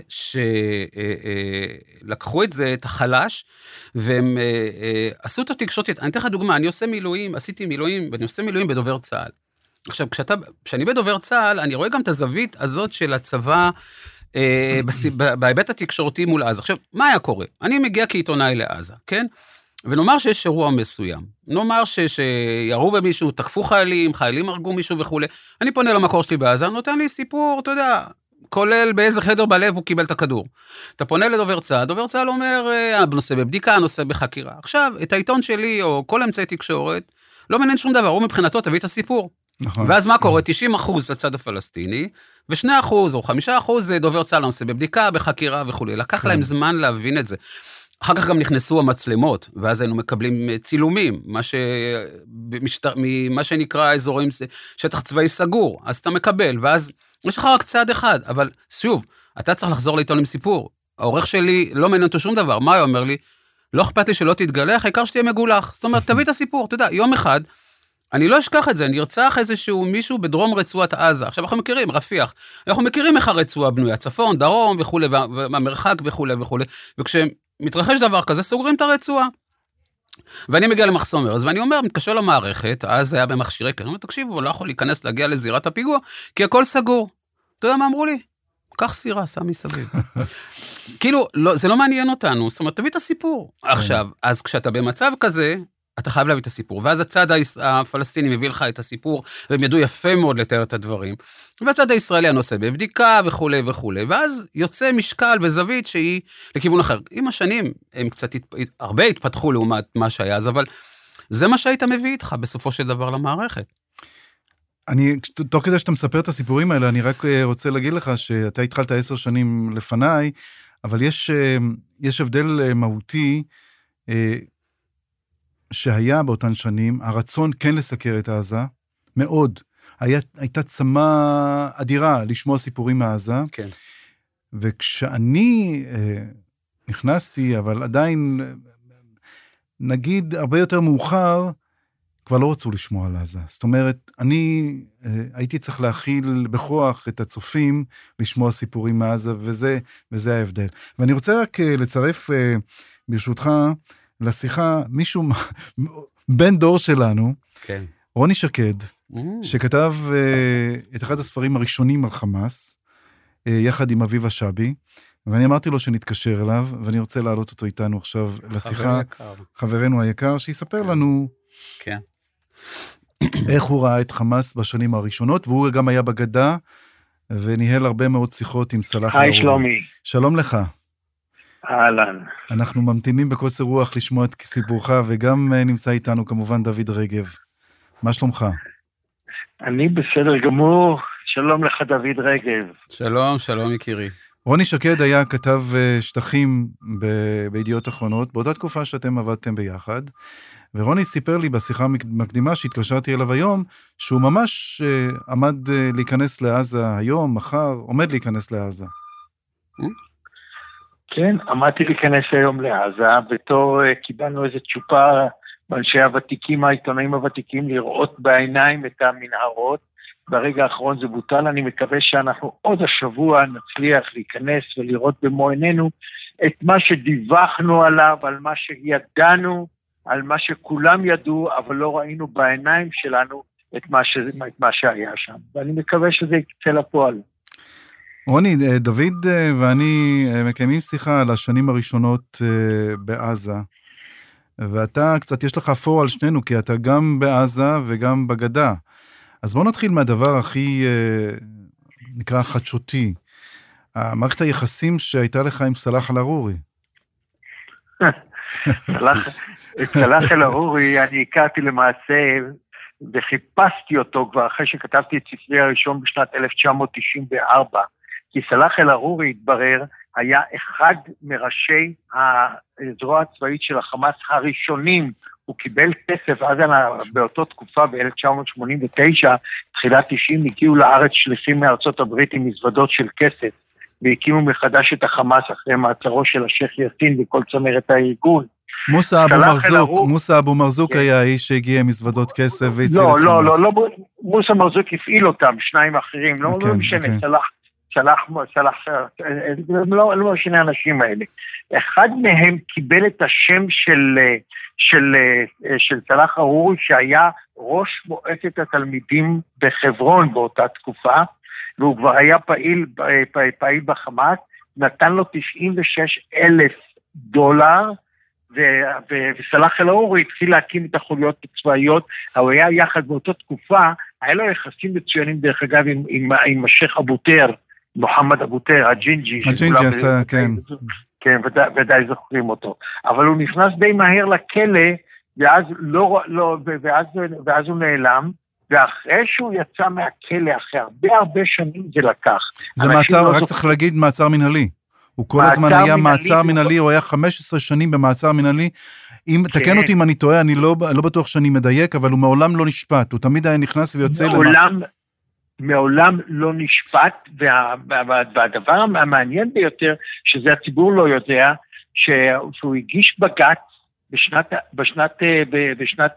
שלקחו את זה, את החלש, והם עשו את התקשורת. אני אתן לך דוגמה, אני עושה מילואים, עשיתי מילואים, ואני עושה מילואים בדובר צה"ל. עכשיו, כשאתה, כשאני בדובר צה"ל, אני רואה גם את הזווית הזאת של הצבא, אה, בהיבט התקשורתי מול עזה. עכשיו, מה היה קורה? אני מגיע כעיתונאי לעזה, כן? ונאמר שיש אירוע מסוים. נאמר ש, שירו במישהו, תקפו חיילים, חיילים הרגו מישהו וכו'. אני פונה למקור שלי בעזה, נותן לי סיפור, אתה יודע, כולל באיזה חדר בלב הוא קיבל את הכדור. אתה פונה לדובר צה"ל, דובר צה"ל אומר, הנושא בבדיקה, הנושא בחקירה. עכשיו, את העיתון שלי, או כל אמצעי תקשורת, לא מעניין שום דבר, הוא מבחינתו תביא את הסיפור. נכון. ואז מה קורה? תשעים אחוז לצד הפלסטיני, ו-שני אחוז או חמישה אחוז זה דובר צה"ל, הנושא בבדיקה, בחקירה וכו'. לקח להם זמן להבין את זה. אחר כך גם נכנסו המצלמות, ואז היינו מקבלים צילומים, מה, ש... משטר... מה שנקרא אזורים, שטח צבאי סגור, אז אתה מקבל, ואז יש לך רק צעד אחד, אבל שוב, אתה צריך לחזור לעיתון עם סיפור. העורך שלי לא מעניין אותו שום דבר, מה הוא אומר לי? לא אכפת לי שלא תתגלח, העיקר שתהיה מגולח. זאת אומרת, תביא את הסיפור, אתה יודע, יום אחד, אני לא אשכח את זה, נרצח איזשהו מישהו בדרום רצועת עזה. עכשיו אנחנו מכירים, רפיח, אנחנו מכירים איך הרצועה בנויה, צפון, דרום וכו', והמרחק וכו' וכו', וכשמתרחש דבר כזה, סוגרים את הרצועה. ואני מגיע למחסום ארז, ואני אומר, מתקשר למערכת, אז זה היה במכשירי, אני אומר, תקשיבו, הוא לא יכול להיכנס, להגיע לזירת הפיגוע, כי הכל סגור. אתה יודע מה אמרו לי? קח סירה, סמי סביב. כאילו, לא, זה לא מעניין אותנו, זאת אומרת, תביא את הסיפור. עכשיו, אז כשאתה במצב כזה, אתה חייב להביא את הסיפור, ואז הצד הפלסטיני מביא לך את הסיפור, והם ידעו יפה מאוד לתאר את הדברים, והצד הישראלי הנושא בבדיקה וכו' וכו', ואז יוצא משקל וזווית שהיא לכיוון אחר. עם השנים, הם קצת, הרבה התפתחו לעומת מה שהיה אז, אבל זה מה שהיית מביא איתך בסופו של דבר למערכת. אני, תוך כדי שאתה מספר את הסיפורים האלה, אני רק רוצה להגיד לך שאתה התחלת עשר שנים לפניי, אבל יש, יש הבדל מהותי, שהיה באותן שנים, הרצון כן לסקר את העזה, מאוד. היה, הייתה צמה אדירה לשמוע סיפורים מעזה. כן. וכשאני אה, נכנסתי, אבל עדיין, נגיד, הרבה יותר מאוחר, כבר לא רצו לשמוע על עזה. זאת אומרת, אני אה, הייתי צריך להכיל בכוח את הצופים, לשמוע סיפורים מעזה, וזה, וזה ההבדל. ואני רוצה רק אה, לצרף, אה, ברשותך, לשיחה, מישהו, בן דור שלנו, כן. רוני שקד, mm. שכתב uh, את אחד הספרים הראשונים על חמאס, uh, יחד עם אביב השבי, ואני אמרתי לו שנתקשר אליו, ואני רוצה להעלות אותו איתנו עכשיו לשיחה, חברנו היקר, שיספר כן. לנו כן. איך הוא ראה את חמאס בשנים הראשונות, והוא גם היה בגדה, וניהל הרבה מאוד שיחות עם סלאח היי שלומי. שלום לך. אהלן. אנחנו ממתינים בקוצר רוח לשמוע את סיפורך, וגם נמצא איתנו כמובן דוד רגב. מה שלומך? אני בסדר גמור, שלום לך דוד רגב. שלום, שלום יקירי. רוני שקד היה כתב שטחים ב- בידיעות אחרונות, באותה תקופה שאתם עבדתם ביחד, ורוני סיפר לי בשיחה מקדימה שהתקשרתי אליו היום, שהוא ממש uh, עמד uh, להיכנס לעזה היום, מחר, עומד להיכנס לעזה. כן, עמדתי להיכנס היום לעזה, בתור uh, קיבלנו איזה צ'ופר באנשי הוותיקים, העיתונאים הוותיקים, לראות בעיניים את המנהרות, ברגע האחרון זה בוטל, אני מקווה שאנחנו עוד השבוע נצליח להיכנס ולראות במו עינינו את מה שדיווחנו עליו, על מה שידענו, על מה שכולם ידעו, אבל לא ראינו בעיניים שלנו את מה, ש... את מה שהיה שם. ואני מקווה שזה יקצה לפועל. רוני, דוד ואני מקיימים שיחה על השנים הראשונות בעזה, ואתה קצת, יש לך אפור על שנינו, כי אתה גם בעזה וגם בגדה. אז בואו נתחיל מהדבר הכי, נקרא, חדשותי. מערכת היחסים שהייתה לך עם סלאח אל-עארורי. את סלאח אל-עארורי אני הכרתי למעשה, וחיפשתי אותו כבר אחרי שכתבתי את ספרי הראשון בשנת אלף תשע מאות תשעים וארבע, כי סלאח אל-עארורי התברר, היה אחד מראשי הזרוע הצבאית של החמאס הראשונים, הוא קיבל כסף, אז באותו תקופה, ב-אלף תשע מאות שמונים ותשע, תחילת תשעים, הגיעו לארץ שליחים מארצות הברית עם מזוודות של כסף, והקימו מחדש את החמאס אחרי מעצרו של השייח יאסין וכל צמרת הארגון. מוסא אבו מרזוק, מוסא אבו מרזוק היה האיש שהגיע עם מזוודות כסף והציל את חמאס. לא, לא, לא, מוסא מרזוק הפעיל אותם, שניים אחרים, לא משנה, סלאח, סלאח, סלאח, לא, לא שני האנשים האלה. אחד מהם קיבל את השם של, של, של סלאח אל-עארורי, שהיה ראש מועצת התלמידים בחברון באותה תקופה, והוא כבר היה פעיל, פעיל, פעיל בחמאס, נתן לו תשעים ושש אלף דולר, וסלאח אל-עארורי התחיל להקים את החוליות הצבאיות, הוא היה יחד באותה תקופה, היה לו יחסים מצוינים דרך אגב עם, עם, עם השייח אבו טיר, מוחמד אבו טיר, הג'ינג'י. הג'ינג'י עשה, כן. כן, ודאי, ודאי זוכרים אותו. אבל הוא נכנס די מהר לכלא, ואז, לא, לא, ואז, ואז הוא נעלם, ואחרי שהוא יצא מהכלא, אחרי הרבה הרבה שנים זה לקח. זה מעצר, רק צריך להגיד מעצר מנהלי. הוא כל הזמן היה מעצר מנהלי, הוא היה חמש עשרה שנים במעצר מנהלי. אם תקן אותי אם אני טועה, אני לא בטוח שאני מדייק, אבל הוא מעולם לא נשפט, הוא תמיד היה נכנס ויוצא מעולם, מעולם לא נשפט, והדבר המעניין ביותר, שזה הציבור לא יודע, שהוא הגיש בג"ץ בשנת, בשנת, בשנת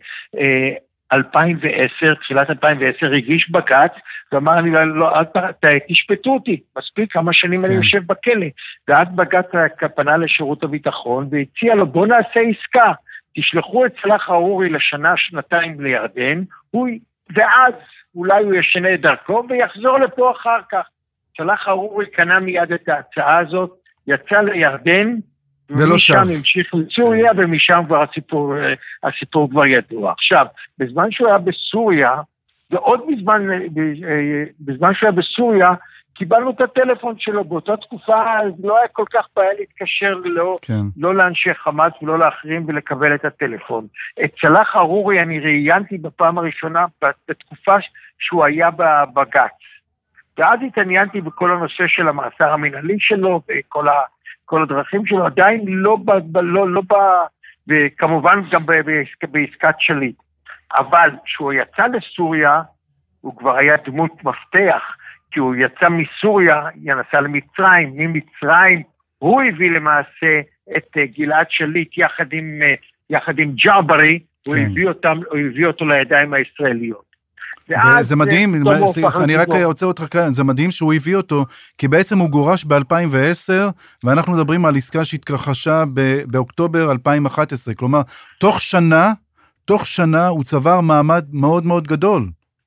אלפיים ועשר, תחילת אלפיים ועשר, הגיש בג"ץ, ואמר לי, לא, אל תשפטו אותי, מספיק כמה שנים אני יושב בכלא. ואז בג"ץ פנה לשירות הביטחון, והציע לו, בוא נעשה עסקה, תשלחו את סלאח ארורי לשנה, שנתיים לירדן, הוא, ואז אולי הוא ישנה את דרכו, ויחזור לפה אחר כך. סלאח ארורי קנה מיד את ההצעה הזאת, יצא לירדן, ומשם המשיך לסוריה, ומשם כבר הסיפור, הסיפור כבר ידוע. עכשיו, בזמן שהוא היה בסוריה, ועוד בזמן, בזמן שהוא היה בסוריה, קיבלנו את הטלפון שלו, באותה תקופה לא היה כל כך בעיה להתקשר לא, כן. לא לאנשי חמאס ולא לאחרים ולקבל את הטלפון. את סלאח ארורי אני ראיינתי בפעם הראשונה בתקופה שהוא היה בבג"ץ. ואז התעניינתי בכל הנושא של המאסר המנהלי שלו וכל ה... כל הדרכים שלו, עדיין לא ב... לא, לא ב וכמובן גם בעסקת שליט. אבל כשהוא יצא לסוריה, הוא כבר היה דמות מפתח, כי הוא יצא מסוריה, ינסה למצרים, ממצרים, הוא הביא למעשה את גלעד שליט יחד עם, יחד עם ג'אברי, כן. הוא הביא אותם, הוא הביא אותו לידיים הישראליות. וזה מדהים, אני רק רוצה אותך כאן, זה מדהים שהוא הביא אותו, כי בעצם הוא גורש ב-אלפיים ועשר, ואנחנו מדברים על עסקה שהתרחשה באוקטובר אלפיים ואחת עשרה, כלומר, תוך שנה, תוך שנה הוא צבר מעמד מאוד מאוד גדול.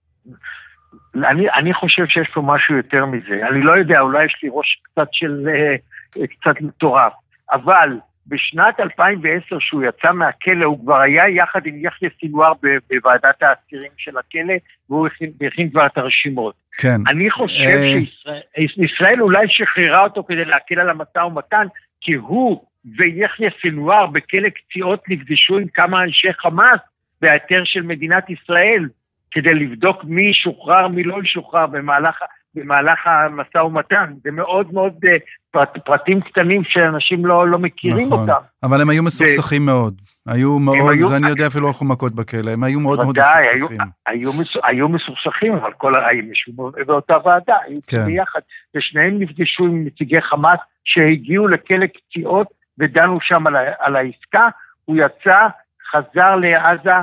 אני, אני חושב שיש פה משהו יותר מזה, אני לא יודע, אולי יש לי ראש קצת של, קצת מטורף, אבל בשנת אלפיים ועשר שהוא יצא מהכלא, הוא כבר היה יחד עם יחיא סינואר בוועדת האסירים של הכלא, והוא הכין, הכין כבר את הרשימות. כן. אני חושב שישראל אולי שחררה אותו כדי להקל על המשא ומתן, כי הוא ויחיא סינואר בכלא קציעות נפגשו עם כמה אנשי חמאס, בהיתר של מדינת ישראל, כדי לבדוק מי שוחרר, מי לא שוחרר במהלך, במהלך המשא ומתן. זה מאוד מאוד פרט, פרטים קטנים שאנשים לא, לא מכירים נכון. אותם. אבל הם היו מסוכסכים ו... מאוד. היו מאוד, היו... זה אני יודע אפילו איך הוא מכות בכלא, הם היו מאוד מאוד מסוכסכים. היו, היו, היו מסוכסכים, אבל כל הרעים ישבו באותה ועדה, היו כן. ביחד, ושניהם נפגשו עם נציגי חמאס, שהגיעו לכלא קציעות, ודנו שם על, על העסקה, הוא יצא, חזר לעזה,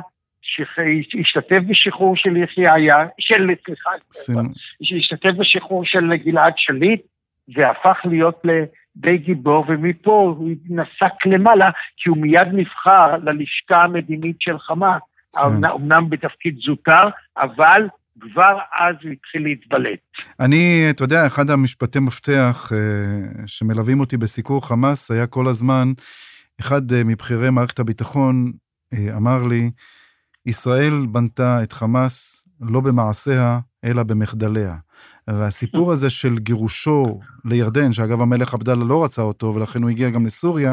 שהשתתף בשחרור של יחיא היה, של, סליחה, שהשתתף בשחרור של גלעד שליט, והפך להיות די גיבור, ומפה הוא נסק למעלה, כי הוא מיד נבחר ללשכה המדינית של חמאס, אמנם בתפקיד זוטר, אבל כבר אז הוא התחיל להתבלט. אני, אתה יודע, אחד המשפטי מפתח שמלווים אותי בסיקור חמאס, היה כל הזמן, אחד מבחירי מערכת הביטחון אמר לי, ישראל בנתה את חמאס לא במעשיה, אלא במחדליה. והסיפור הזה של גירושו לירדן, שאגב המלך עבדאללה לא רצה אותו, ולכן הוא הגיע גם לסוריה,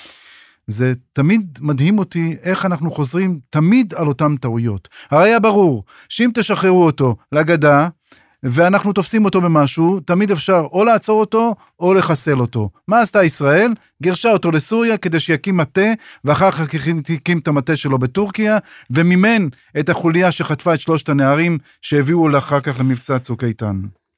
זה תמיד מדהים אותי איך אנחנו חוזרים תמיד על אותם טעויות. הרי היה ברור שאם תשחררו אותו לגדה, ואנחנו תופסים אותו במשהו, תמיד אפשר או לעצור אותו, או לחסל אותו. מה עשתה ישראל? גירשה אותו לסוריה, כדי שיקים מטה, ואחר כך הקים את המטה שלו בטורקיה, ומימן את החוליה שחטפה את שלושת הנערים, שהביאו לאחר כך למבצע צוק איתן.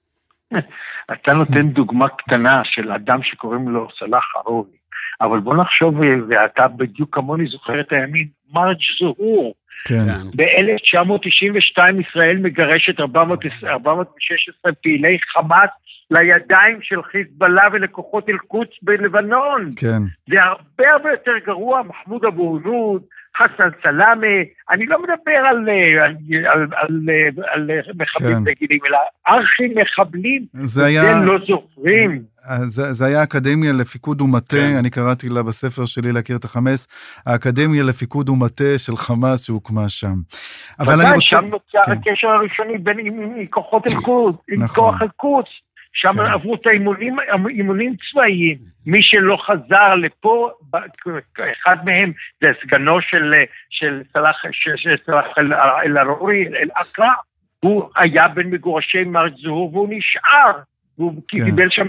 אתה נותן דוגמה קטנה של אדם שקוראים לו סלאח ארורי, אבל בוא נחשוב, ואתה בדיוק כמוני זוכר את הימין, מרג' זוהור, כן. ב-אלף תשע מאות תשעים ושתיים ישראל מגרשת ארבע מאות ושש עשרה פעילי חמאס לידיים של חיזבאללה ולכוחות אל-קודס בלבנון. כן. זה הרבה הרבה יותר גרוע, מחמוד אבו ענוד, חסן סלאמה, אני לא מדבר על, על, על, על, על מחבלים כן. רגילים, אלא ארכי מחבלים, זה היה... לא זוכרים. זה, זה היה האקדמיה לפיקוד ומטה, כן. אני קראתי לה בספר שלי להכיר את החמאס, האקדמיה לפיקוד ומטה של חמאס שהוקמה שם. אבל אני רוצה... שם נוצר כן. הקשר הראשוני בין עם, עם, עם כוחות אל-קודס, עם נכון. כוח אל-קודס, שם כן. עברו את האימונים, אימונים צבאיים, מי שלא חזר לפה, אחד מהם זה סגנו של, של סלאח, של סלאח אל-ארורי, אל-אקרא, הוא היה בין מגורשי מרג' זוהור, והוא נשאר, והוא קיבל שם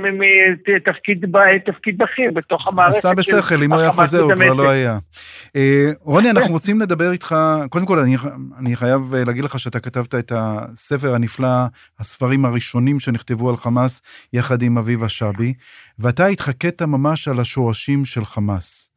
תפקיד בכיר בתוך המערכת. עשה בשכל, אם הוא היה חוזר, הוא כבר לא היה. רוני, אנחנו רוצים לדבר איתך, קודם כל אני חייב להגיד לך שאתה כתבת את הספר הנפלא, הספרים הראשונים שנכתבו על חמאס, יחד עם אביב השבי, ואתה התחקת ממש על השורשים של חמאס.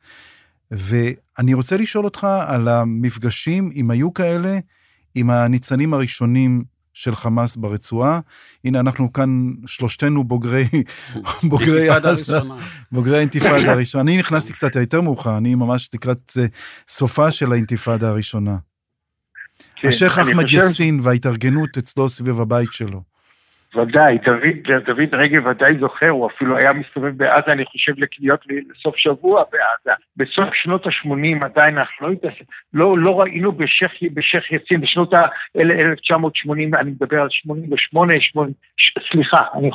ואני רוצה לשאול אותך על המפגשים, אם היו כאלה, עם הניצנים הראשונים של חמאס ברצועה. הנה אנחנו כאן שלושתנו בוגרי בוגרי בוגרי האינתיפאדה הראשונה. אני נכנסתי קצת יותר מאוחר, אני ממש לקראת סופה של האינתיפאדה הראשונה. השייח אחמד יאסין וההתארגנות אצלו סביב הבית שלו. ודאי, דוד, דוד רגב ודאי זוכר, הוא אפילו היה מסתובב בעזה, אני חושב לקניות לסוף שבוע בעזה. בסוף שנות ה-שמונים עדיין אנחנו לא, לא, לא ראינו בשייח, בשייח יאסין, בשנות ה-אלף תשע מאות שמונים, אני מדבר על שמונים ושמונה, שמונים, סליחה, אני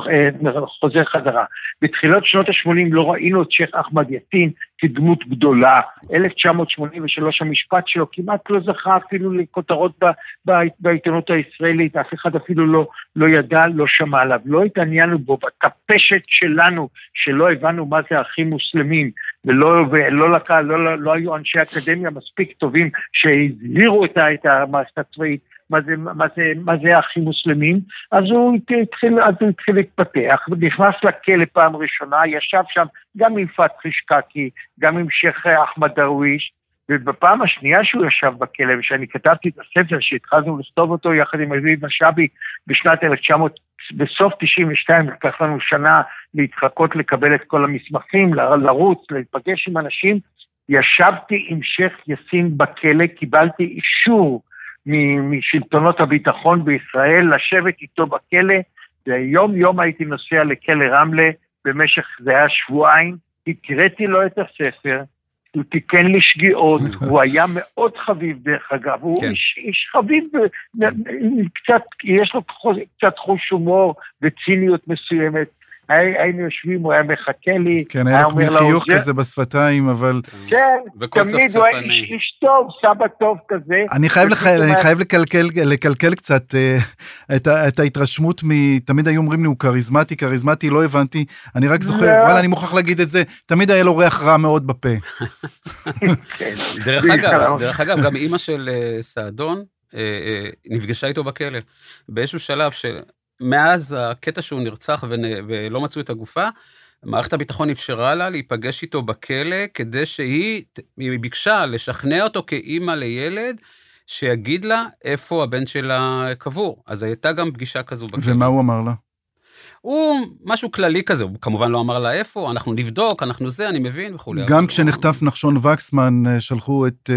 חוזר חזרה. בתחילת שנות ה-שמונים לא ראינו את שייח אחמד יאסין כדמות גדולה. אלף תשע מאות שמונים ושלוש המשפט שלו כמעט לא זכה אפילו לכותרות בעיתונות הישראלית, אף אחד אפילו לא, לא ידע, לא שמע עליו, לא התעניינו בו, בטפשת שלנו, שלא הבנו מה זה אחים מוסלמים, ולא, ולא, לקה, לא, לא, לא היו אנשי אקדמיה מספיק טובים שהזהירו את, את המערכת הצבאית, מה זה, מה זה, מה זה אחים מוסלמים, אז הוא התחיל, אז הוא התחיל להתפתח, נכנס לכלא פעם ראשונה, ישב שם גם עם פתחי שקקי, גם עם שייח אחמד דרוויש, ובפעם השנייה שהוא ישב בכלא, ושאני כתבתי את הספר שהתחלנו לכתוב אותו יחד עם אביב השבי בשנת אלף תשע מאות, בסוף תשעים ושתיים, לקח לנו שנה להתחקות לקבל את כל המסמכים, לרוץ, להיפגש עם אנשים, ישבתי עם שייח יאסין בכלא, קיבלתי אישור משלטונות הביטחון בישראל, לשבת איתו בכלא, ויום יום הייתי נוסע לכלא רמלה, במשך זה היה שבועיים, הקראתי לו את הספר, הוא תיקן לי שגיאות, הוא היה מאוד חביב דרך אגב, הוא איש, איש חביב, קצת, יש לו קצת חוש הומור וציניות מסוימת, היינו יושבים, הוא היה מחכה לי. כן, היה לך חיוך כזה בשפתיים, אבל... כן, תמיד הוא היה איש טוב, סבא טוב כזה. אני חייב לקלקל קצת את ההתרשמות, תמיד היו אומרים לי, הוא כריזמטי, כריזמטי, לא הבנתי, אני רק זוכר, וואלה, אני מוכרח להגיד את זה, תמיד היה לו ריח רע מאוד בפה. דרך אגב, גם אמא של סעדון, נפגשה איתו בכלא, באיזשהו שלב של... מאז הקטע שהוא נרצח ולא מצאו את הגופה, מערכת הביטחון אפשרה לה להיפגש איתו בכלא, כדי שהיא ביקשה לשכנע אותו כאימא לילד, שיגיד לה איפה הבן שלה קבור. אז הייתה גם פגישה כזו בכלא. ומה הוא אמר לה? הוא משהו כללי כזה, הוא כמובן לא אמר לה איפה, אנחנו נבדוק, אנחנו זה, אני מבין וכו'. גם כשנחטף נחשון וקסמן, שלחו את,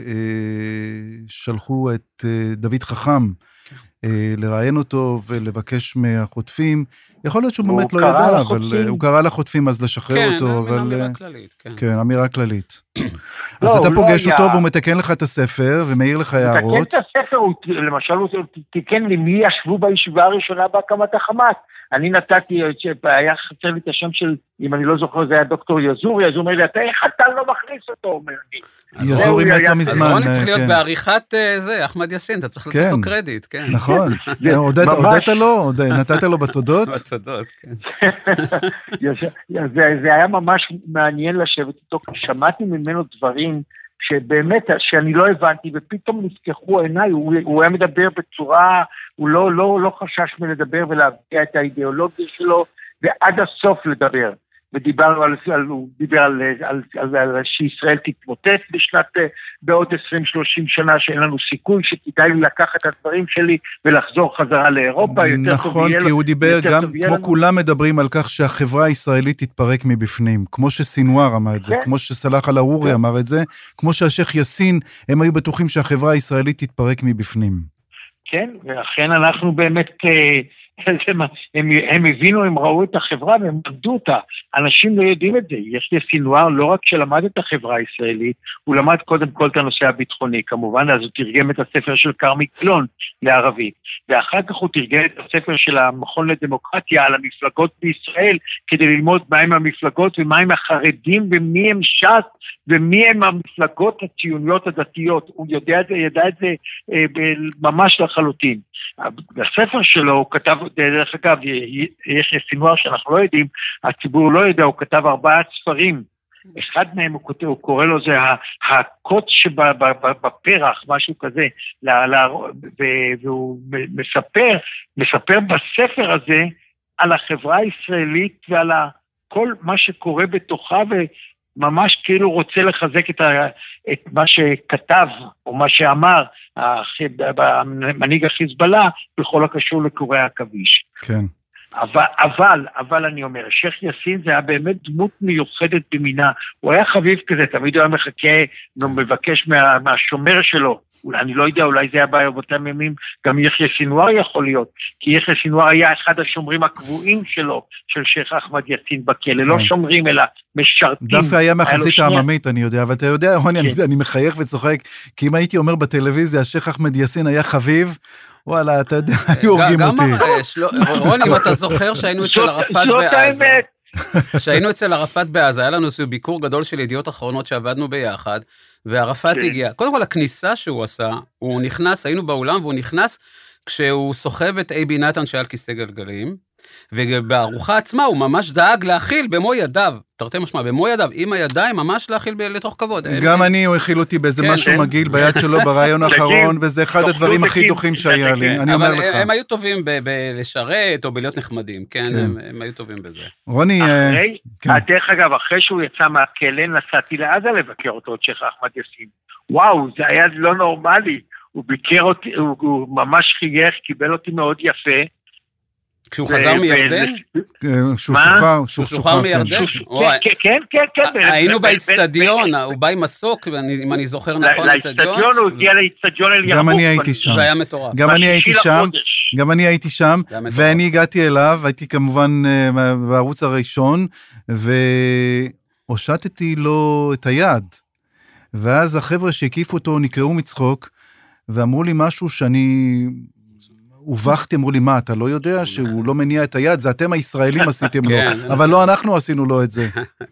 שלחו את דוד חכם, לראיין אותו ולבקש מהחוטפים, יכול להיות שהוא באמת לא ידע, אבל הוא קרא לחוטפים אז לשחרר אותו, כן, אמירה כללית. כן, אמירה כללית. אז אתה פוגש אותו והוא מתקן לך את הספר ומעיר לך הערות. מתקן את הספר, למשל הוא תיקן לי מי ישבו בישיבה הראשונה בהקמת החמאס. אני נתתי, היה חסר לי את השם של, אם אני לא זוכר, זה היה דוקטור יזורי, אז הוא אומר לי, אתה איך אתה לא מכניס אותו, אומר לי. יזורי מת לא מזמן. אז רוני צריך להיות בעריכת זה, אחמד יאסין, אתה צריך לתת לו קרדיט, כן. נכון, הודעת לו, נתת לו בתודות. בתודות, כן. זה היה ממש מעניין לשבת איתו, שמעתי ממנו דברים, שבאמת, שאני לא הבנתי, ופתאום נפקחו עיניי, הוא, הוא היה מדבר בצורה, הוא לא, לא, לא חשש מלדבר ולהביע את האידיאולוגיה שלו, ועד הסוף לדבר. ודיברנו על, על, הוא דיבר על, על, על, על שישראל תתמוטט בשנת, בעוד עשרים שלושים שנה, שאין לנו סיכוי, שכדאי לי לקחת את הדברים שלי, ולחזור חזרה לאירופה. נכון, כי הוא דיבר גם, כמו כולם מדברים על כך, שהחברה הישראלית תתפרק מבפנים, כמו שסינואר אמר את זה, כמו שסלאח אל-עארורי אמר את זה, כמו שהשייח יאסין, הם היו בטוחים שהחברה הישראלית תתפרק מבפנים. כן, ואכן אנחנו באמת... הם, הם הבינו, הם ראו את החברה והם עמדו אותה. אנשים לא יודעים את זה. יש לסינואר לא רק שלמד את החברה הישראלית, הוא למד קודם כל את הנושא הביטחוני, כמובן, אז הוא תרגם את הספר של קרמי קלון לערבית, ואחר כך הוא תרגם את הספר של המכון לדמוקרטיה על המפלגות בישראל, כדי ללמוד מהם המפלגות ומהם החרדים ומי הם ש"ס ומי הם המפלגות הציוניות הדתיות. הוא יודע את זה, ידע את זה אה, ממש לחלוטין. בספר שלו הוא כתב, דרך אגב, יש סינואר שאנחנו לא יודעים, הציבור לא יודע, הוא כתב ארבעה ספרים, אחד מהם הוא, הוא קורא לו זה הקוץ שבפרח, משהו כזה, והוא מספר, מספר בספר הזה על החברה הישראלית ועל כל מה שקורה בתוכה, וממש כאילו רוצה לחזק את, ה, את מה שכתב או מה שאמר מנהיג החיזבאללה בכל הקשור לקורי העכביש. כן. אבל, אבל, אבל אני אומר, שייח יאסין זה היה באמת דמות מיוחדת במינה, הוא היה חביב כזה, תמיד הוא היה מחכה, מבקש מה, מהשומר שלו, אני לא יודע, אולי זה היה באותם ימים, גם יחיא סינואר יכול להיות, כי יחיא סינואר היה אחד השומרים הקבועים שלו, של שייח אחמד יאסין בכלא, לא שומרים אלא משרתים. דווקא היה מחזית העממית, אני יודע, אבל אתה יודע, רוני, אני מחייך וצוחק, כי אם הייתי אומר בטלוויזיה, שייח אחמד יאסין היה חביב, וואלה, אתה יודע, היו הורגים אותי. רוני, אם אתה זוכר שהיינו אצל ערפאת בעזה, שהיינו אצל ערפאת בעזה, היה לנו איזשהו ביקור גדול של ידיעות אחרונות שעבדנו ביחד, וערפאת הגיע. קודם כל, הכניסה שהוא עשה, הוא נכנס, היינו באולם, והוא נכנס כשהוא סוחב את אייבי נתן שהיה על כיסא גלגלים, ובארוחה עצמה הוא ממש דאג להכיל במו ידיו, תרתי משמע, במו ידיו, עם הידיים ממש להכיל לתוך כבוד. גם אני, הוא הכיל אותי באיזה משהו מגיל ביד שלו ברעיון האחרון, וזה אחד הדברים הכי דוחים שהיה לי, אני אומר לך. אבל הם היו טובים בלשרת או בלהיות נחמדים, כן, הם היו טובים בזה. רוני... דרך אגב, אחרי שהוא יצא מהכלא, נסעתי לעזה לבקר אותו, את שייח אחמד יאסין. וואו, זה היה לא נורמלי. הוא ביקר אותי, הוא ממש חייך, קיבל אותי מאוד יפה. כשהוא חזר מירדן? כשהוא שוחרר, כשהוא שוחרר מירדן? כן, כן, כן. היינו באצטדיון, הוא בא עם מסוק, אם אני זוכר נכון, לאצטדיון, הוא הגיע לאצטדיון אל ירמוק. גם אני הייתי שם. זה היה מטורף. גם אני הייתי שם, גם אני הייתי שם, ואני הגעתי אליו, הייתי כמובן בערוץ הראשון, והושטתי לו את היד, ואז החבר'ה שהקיפו אותו נקראו מצחוק, ואמרו לי משהו שאני... הובכתי, אמרו לי, מה, אתה לא יודע שהוא לא מניע את היד? זה אתם הישראלים עשיתם לו, אבל לא אנחנו עשינו לו את זה.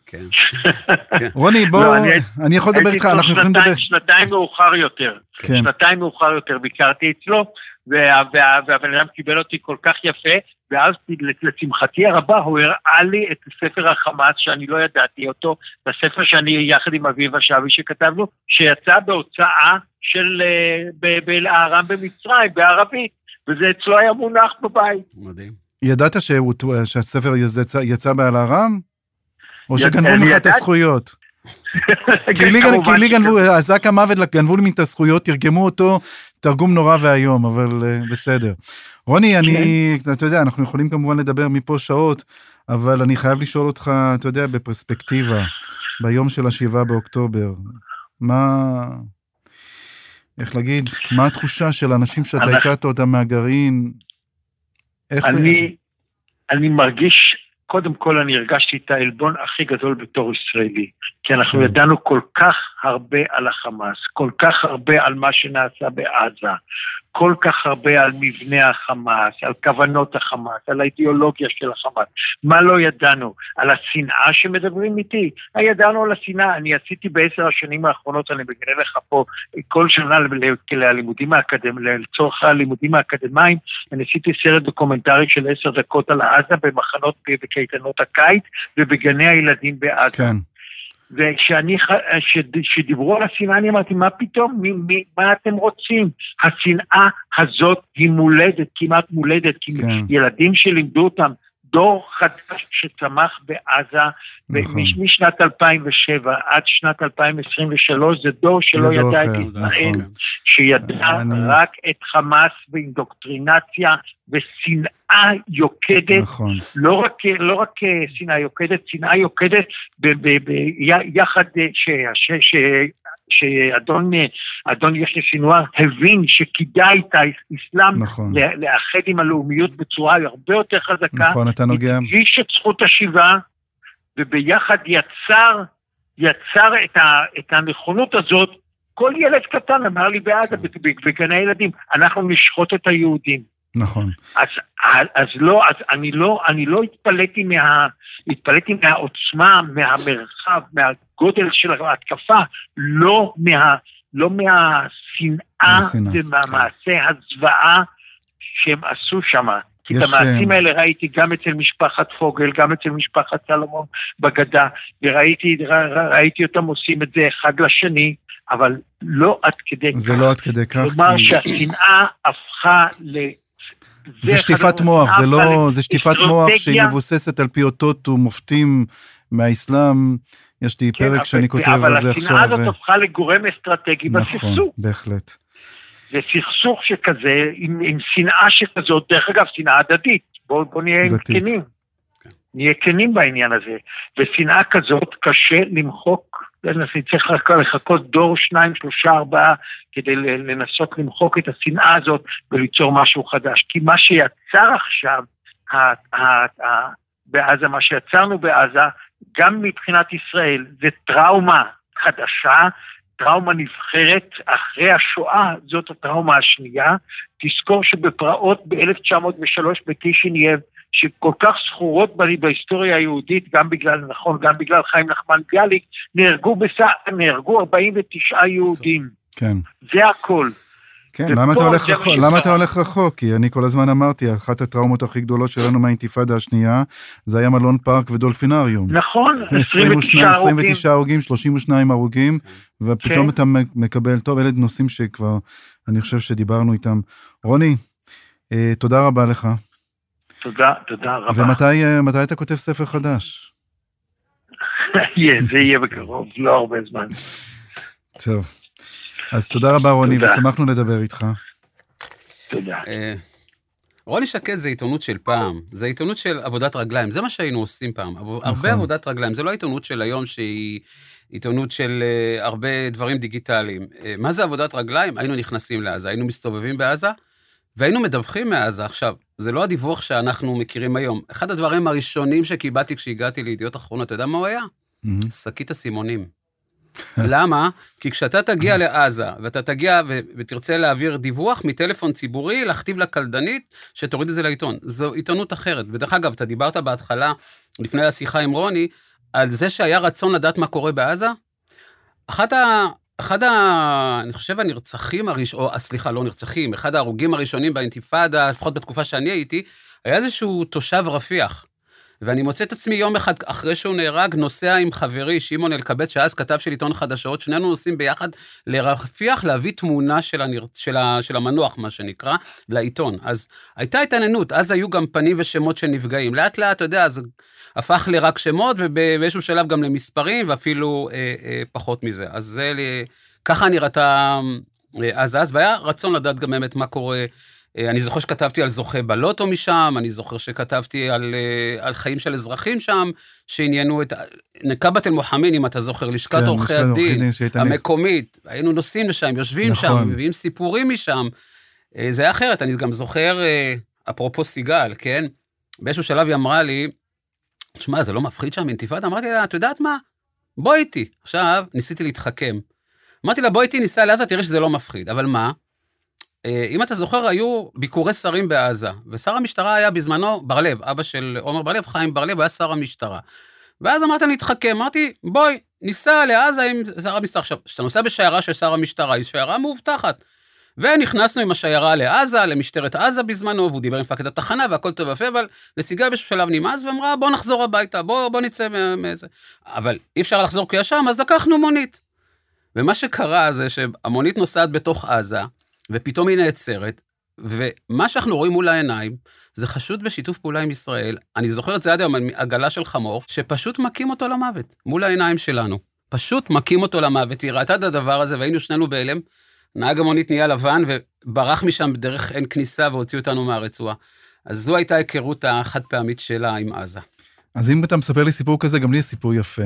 רוני, בוא, אני יכול לדבר איתך, אנחנו יכולים לדבר. שנתיים מאוחר יותר, שנתיים מאוחר יותר ביקרתי אצלו, והבן אדם קיבל אותי כל כך יפה, ואז לצמחתי הרבה הוא הראה לי את ספר החמאס, שאני לא ידעתי אותו, בספר שאני יחד עם אביב השבי שכתבנו, שיצא בהוצאה של באל-אהרם במצרים, בערבית, וזה אצלו היה מונח בבית. מדהים. ידעת שהספר יצא באל-אהרם? או שגנבו ממך את הזכויות? כי לי גנבו, עזק המוות, גנבו לי את הזכויות, תרגמו אותו, תרגום נורא והיום, אבל בסדר. רוני, אני, אתה יודע, אנחנו יכולים כמובן לדבר מפה שעות, אבל אני חייב לשאול אותך, אתה יודע, בפרספקטיבה, ביום של השבעה באוקטובר, מה... איך להגיד, מה התחושה של אנשים שאתה הכרת אותם מהגרעין? אני, אני מרגיש, קודם כל אני הרגשתי את העלבון הכי גדול בתור ישראלי, כי אנחנו ידענו כל כך הרבה על החמאס, כל כך הרבה על מה שנעשה בעזה, כל כך הרבה על מבנה החמאס, על כוונות החמאס, על האידיאולוגיה של החמאס. מה לא ידענו? על השנאה שמדברים איתי? ידענו על השנאה. אני עשיתי בעשר השנים האחרונות, אני מגנה לך פה, כל שנה ללימודים האקדמיים, לצורך הלימודים האקדמיים, אני עשיתי סרט דוקומנטרי של עשר דקות על עזה, במחנות בקייטנות הקיץ, ובגני הילדים בעזה. כן. וכשאני, שדיברו על השנאה, אני אמרתי, מה פתאום, מי, מי, מה אתם רוצים? השנאה הזאת היא מולדת, כמעט מולדת, כי כן. ילדים שלימדו אותם, דור חדש שצמח בעזה, נכון. משנת אלפיים ושבע עד שנת אלפיים עשרים ושלוש, זה דור שלא ידע את ישראל, נכון. שידע אני... רק את חמאס ואינדוקטרינציה ושנאה יוקדת, נכון. לא רק, לא רק שנאה יוקדת, שנאה יוקדת ב, ב, ב, יחד ש... ש, ש שאדון אדון יחיא סינואר הבין שכדאי את האסלאם נכון. לאחד עם הלאומיות בצורה הרבה יותר חזקה, נכון, אתה נוגע. הדגיש את זכות השיבה, וביחד יצר, יצר את, ה, את הנכונות הזאת. כל ילד קטן אמר לי בעזה בגני הילדים, אנחנו נשחוט את היהודים. נכון. אז, אז לא, אז אני לא, אני לא התפלאתי מה, התפלאתי מהעוצמה, מהמרחב, מהגודל של ההתקפה, לא מה, לא מהשנאה ומהמעשה הזוועה שהם עשו שם. כי את המעשים האלה ראיתי גם אצל משפחת פוגל, גם אצל משפחת סלומון בגדה, וראיתי ראיתי אותם עושים את זה אחד לשני, אבל לא עד כדי כך. זה לא עד כדי כך. כלומר כי... שהשנאה הפכה ל... זה, זה שטיפת מוח, זה לא, זה שטיפת מוח שהיא מבוססת על פי אותות ומופתים מהאסלאם. יש לי פרק שאני כותב על זה עכשיו. אבל השנאה הזאת הפכה לגורם אסטרטגי בסכסוך. נכון, בהחלט. זה סכסוך שכזה, עם, עם שנאה שכזאת, דרך אגב, שנאה הדדית. בואו בוא נהיה כנים. נהיה כנים בעניין הזה. ושנאה כזאת קשה למחוק, אני צריך לחכות דור שניים, שלושה, ארבעה, כדי לנסות למחוק את השנאה הזאת וליצור משהו חדש. כי מה שיצר עכשיו, ה, ה, ה, בעזה, מה שיצרנו בעזה, גם מבחינת ישראל, זה טראומה חדשה, טראומה נבחרת אחרי השואה, זאת הטראומה השנייה. תזכור שבפרעות ב-אלף תשע מאות ושלוש בקישינייב, שכל כך זכורות בהיסטוריה היהודית, גם בגלל, נכון, גם בגלל חיים נחמן ביאליק, נהרגו בסע, נהרגו ארבעים ותשעה יהודים. כן. זה הכל. כן, למה אתה הולך רחוק? למה אתה הולך רחוק? כי אני כל הזמן אמרתי, אחת הטראומות הכי גדולות שלנו מהאינתיפאדה השנייה, זה היה מלון פארק ודולפינריום. נכון, עשרים ותשעה הרוגים, שלושים ושניים הרוגים, ופתאום אתה מקבל, טוב, אלה נושאים שכבר, אני חושב שדיברנו איתם. רוני, תודה רבה לך. תודה, תודה רבה. ומתי אתה כותב ספר חדש? זה יהיה בקרוב, לא הרבה זמן. טוב. אז תודה רבה רוני, ושמחנו לדבר איתך. תודה. רוני שקד זה עיתונות של פעם, זה עיתונות של עבודת רגליים, זה מה שהיינו עושים פעם, הרבה עבודת רגליים, זה לא עיתונות של היום שהיא עיתונות של הרבה דברים דיגיטליים. מה זה עבודת רגליים? היינו נכנסים לעזה, היינו מסתובבים בעזה, והיינו מדווחים מעזה. עכשיו, זה לא הדיווח שאנחנו מכירים היום. אחד הדברים הראשונים שקיבלתי כשהגעתי לידיעות אחרונות, אתה יודע מה הוא היה? שקית הסימונים. למה? כי כשאתה תגיע לעזה, ואתה תגיע ותרצה להעביר דיווח מטלפון ציבורי, להכתיב לקלדנית, שתוריד את זה לעיתון. זו עיתונות אחרת. ודרך אגב, אתה דיברת בהתחלה, לפני השיחה עם רוני, על זה שהיה רצון לדעת מה קורה בעזה. אחד ה... אחד ה... אני חושב הנרצחים הראשונים, או סליחה, לא נרצחים, אחד ההרוגים הראשונים באינתיפאדה, לפחות בתקופה שאני הייתי, היה איזשהו תושב רפיח. ואני מוצא את עצמי יום אחד אחרי שהוא נהרג, נוסע עם חברי שמעון אלקבץ, שאז כתב של עיתון חדשות, שנינו נוסעים ביחד לרפיח להביא תמונה של, הנר... של, ה... של המנוח, מה שנקרא, לעיתון. אז הייתה התעניינות, אז היו גם פנים ושמות של נפגעים. לאט לאט, אתה יודע, זה הפך לרק שמות, ובאיזשהו שלב גם למספרים, ואפילו אה, אה, פחות מזה. אז זה לי... ככה נראתה אז אז, והיה רצון לדעת גם באמת מה קורה. אני זוכר שכתבתי על זוכה בלוטו משם, אני זוכר שכתבתי על, על חיים של אזרחים שם, שעניינו את נקבת אל מוחמין, אם אתה זוכר, לשכת עורכי הדין, המקומית, היינו נוסעים לשם, יושבים שם, מביאים סיפורים משם, זה היה אחרת. אני גם זוכר, אפרופו סיגל, כן, באיזשהו שלב היא אמרה לי, תשמע, זה לא מפחיד שם אינתיפאדה? אמרתי לה, את יודעת מה? בוא איתי. עכשיו, ניסיתי להתחכם. אמרתי לה, בוא איתי, ניסה לעזה, תראה שזה לא מפחיד. אבל מה? אם אתה זוכר, היו ביקורי שרים בעזה, ושר המשטרה היה בזמנו ברלב, אבא של עומר ברלב, חיים ברלב, היה שר המשטרה. ואז אמרתי לי, להתחכם, אמרתי, בואי, ניסה לעזה עם שר המשטרה. עכשיו, כשאתה נוסע בשיירה של שר המשטרה, היא שיירה מאובטחת. ונכנסנו עם השיירה לעזה, למשטרת עזה בזמנו, והוא דיבר עם מפקד התחנה, והכל טוב יפה, אבל נסיגה באיזשהו שלב נמאס, ואמרה, בוא נחזור הביתה, בוא, בוא נצא מאיזה. אבל אי אפשר לחזור כי שם, אז לקחנו מונית. ומה שקרה זה שהמונית נוסעת בתוך עזה, ופתאום היא נעצרת, ומה שאנחנו רואים מול העיניים, זה חשוד בשיתוף פעולה עם ישראל. אני זוכר את זה עד היום, עגלה של חמור, שפשוט מקים אותו למוות, מול העיניים שלנו. פשוט מקים אותו למוות, היא ראתה את הדבר הזה, והיינו שנינו בהלם, נהג המונית נהיה לבן, וברח משם בדרך אין כניסה, והוציא אותנו מהרצועה. אז זו הייתה היכרות החד פעמית שלה עם עזה. אז אם אתה מספר לי סיפור כזה, גם לי יש סיפור יפה.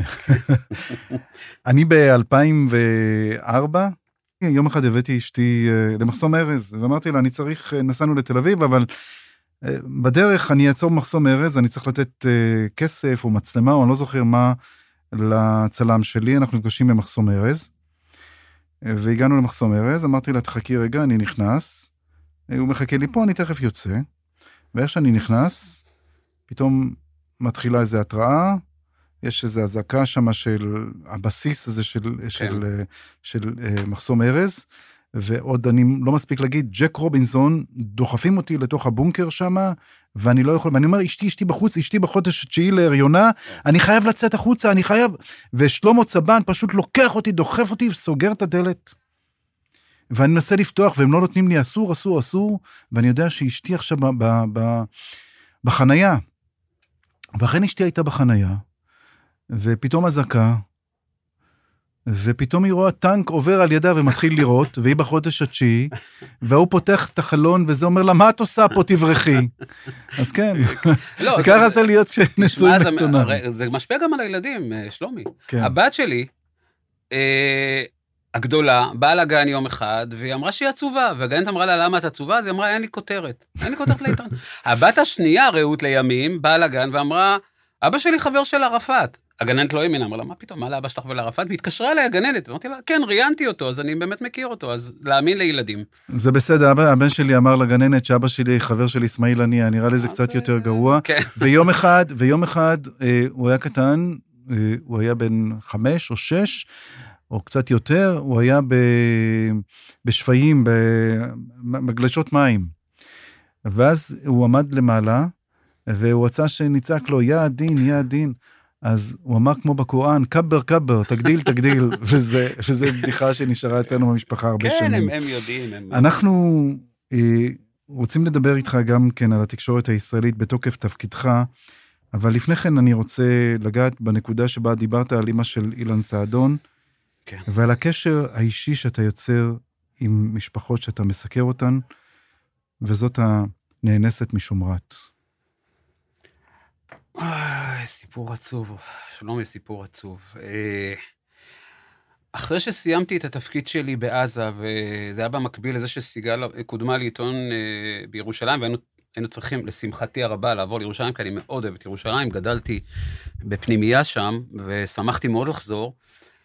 אני ב-אלפיים וארבע, יום אחד הבאתי אשתי למחסום ארז, ואמרתי לה, אני צריך, נסענו לתל אביב, אבל בדרך אני אעצור במחסום ארז, אני צריך לתת כסף או מצלמה, או אני לא זוכר מה לצלם שלי, אנחנו נפגשים במחסום ארז, והגענו למחסום ארז, אמרתי לה, תחכי רגע, אני נכנס, הוא מחכה לי פה, אני תכף יוצא, ואיך שאני נכנס, פתאום מתחילה איזו התראה, יש איזו הזעקה שמה של הבסיס הזה של, כן. של, של, של מחסום ארז, ועוד אני לא מספיק להגיד, ג'ק רובינסון, דוחפים אותי לתוך הבונקר שם, ואני לא יכול, ואני אומר, אשתי, אשתי בחוץ, אשתי בחודש התשיעי להריונה, אני חייב לצאת החוצה, אני חייב, ושלמה צבן פשוט לוקח אותי, דוחף אותי, וסוגר את הדלת. ואני מנסה לפתוח, והם לא נותנים לי, אסור, אסור, אסור, ואני יודע שאשתי עכשיו ב, ב, ב, בחנייה, ואכן אשתי הייתה בחנייה, ופתאום הזקה, ופתאום היא רואה טנק עובר על ידה ומתחיל לראות, והיא בחודש התשיעי, והוא פותח את החלון, וזה אומר לה, מה את עושה פה, תברכי? אז כן, ככה זה להיות כשנשואים בתונה. זה משפיע גם על הילדים, שלומי. הבת שלי, הגדולה, באה לגן יום אחד, והיא אמרה שהיא עצובה, והגנית אמרה לה, למה את עצובה? אז היא אמרה, אין לי כותרת, אין לי כותרת לעיתון. הבת השנייה, רעות לימים, באה לגן ואמרה, אבא שלי חבר של ערפאת. הגננת לא האמינה, אמרה לה, מה פתאום, מה לאבא שלך ולערפאת? והתקשרה אליי הגננת, ואמרתי לה, כן, ראיינתי אותו, אז אני באמת מכיר אותו, אז להאמין לילדים. זה בסדר, הבן שלי אמר לגננת שאבא שלי חבר של אסמאעיל הנייה, נראה לי זה קצת יותר גרוע, ויום אחד, ויום אחד, הוא היה קטן, הוא היה בן חמש או שש, או קצת יותר, הוא היה בשפיים, בגלשות מים, ואז הוא עמד למעלה, והוא רצה שניצק לו, יא דין, יא דין, אז הוא אמר כמו בקוראן, קבר, קבר, תגדיל, תגדיל, וזה, וזה בדיחה שנשארה אצלנו במשפחה הרבה כן, שנים. כן, הם, הם יודעים. הם... אנחנו אה, רוצים לדבר איתך גם כן על התקשורת הישראלית בתוקף תפקידך, אבל לפני כן אני רוצה לגעת בנקודה שבה דיברת על אמא של אילן סעדון, כן. ועל הקשר האישי שאתה יוצר עם משפחות שאתה מסקר אותן, וזאת הנאנסת משומרת. אה, סיפור עצוב, שלום, סיפור עצוב. אחרי שסיימתי את התפקיד שלי בעזה, וזה היה במקביל לזה שסיגל קודמה לעיתון בירושלים, והיינו צריכים, לשמחתי הרבה, לעבור לירושלים, כי אני מאוד אוהב את ירושלים, גדלתי בפנימייה שם, ושמחתי מאוד לחזור,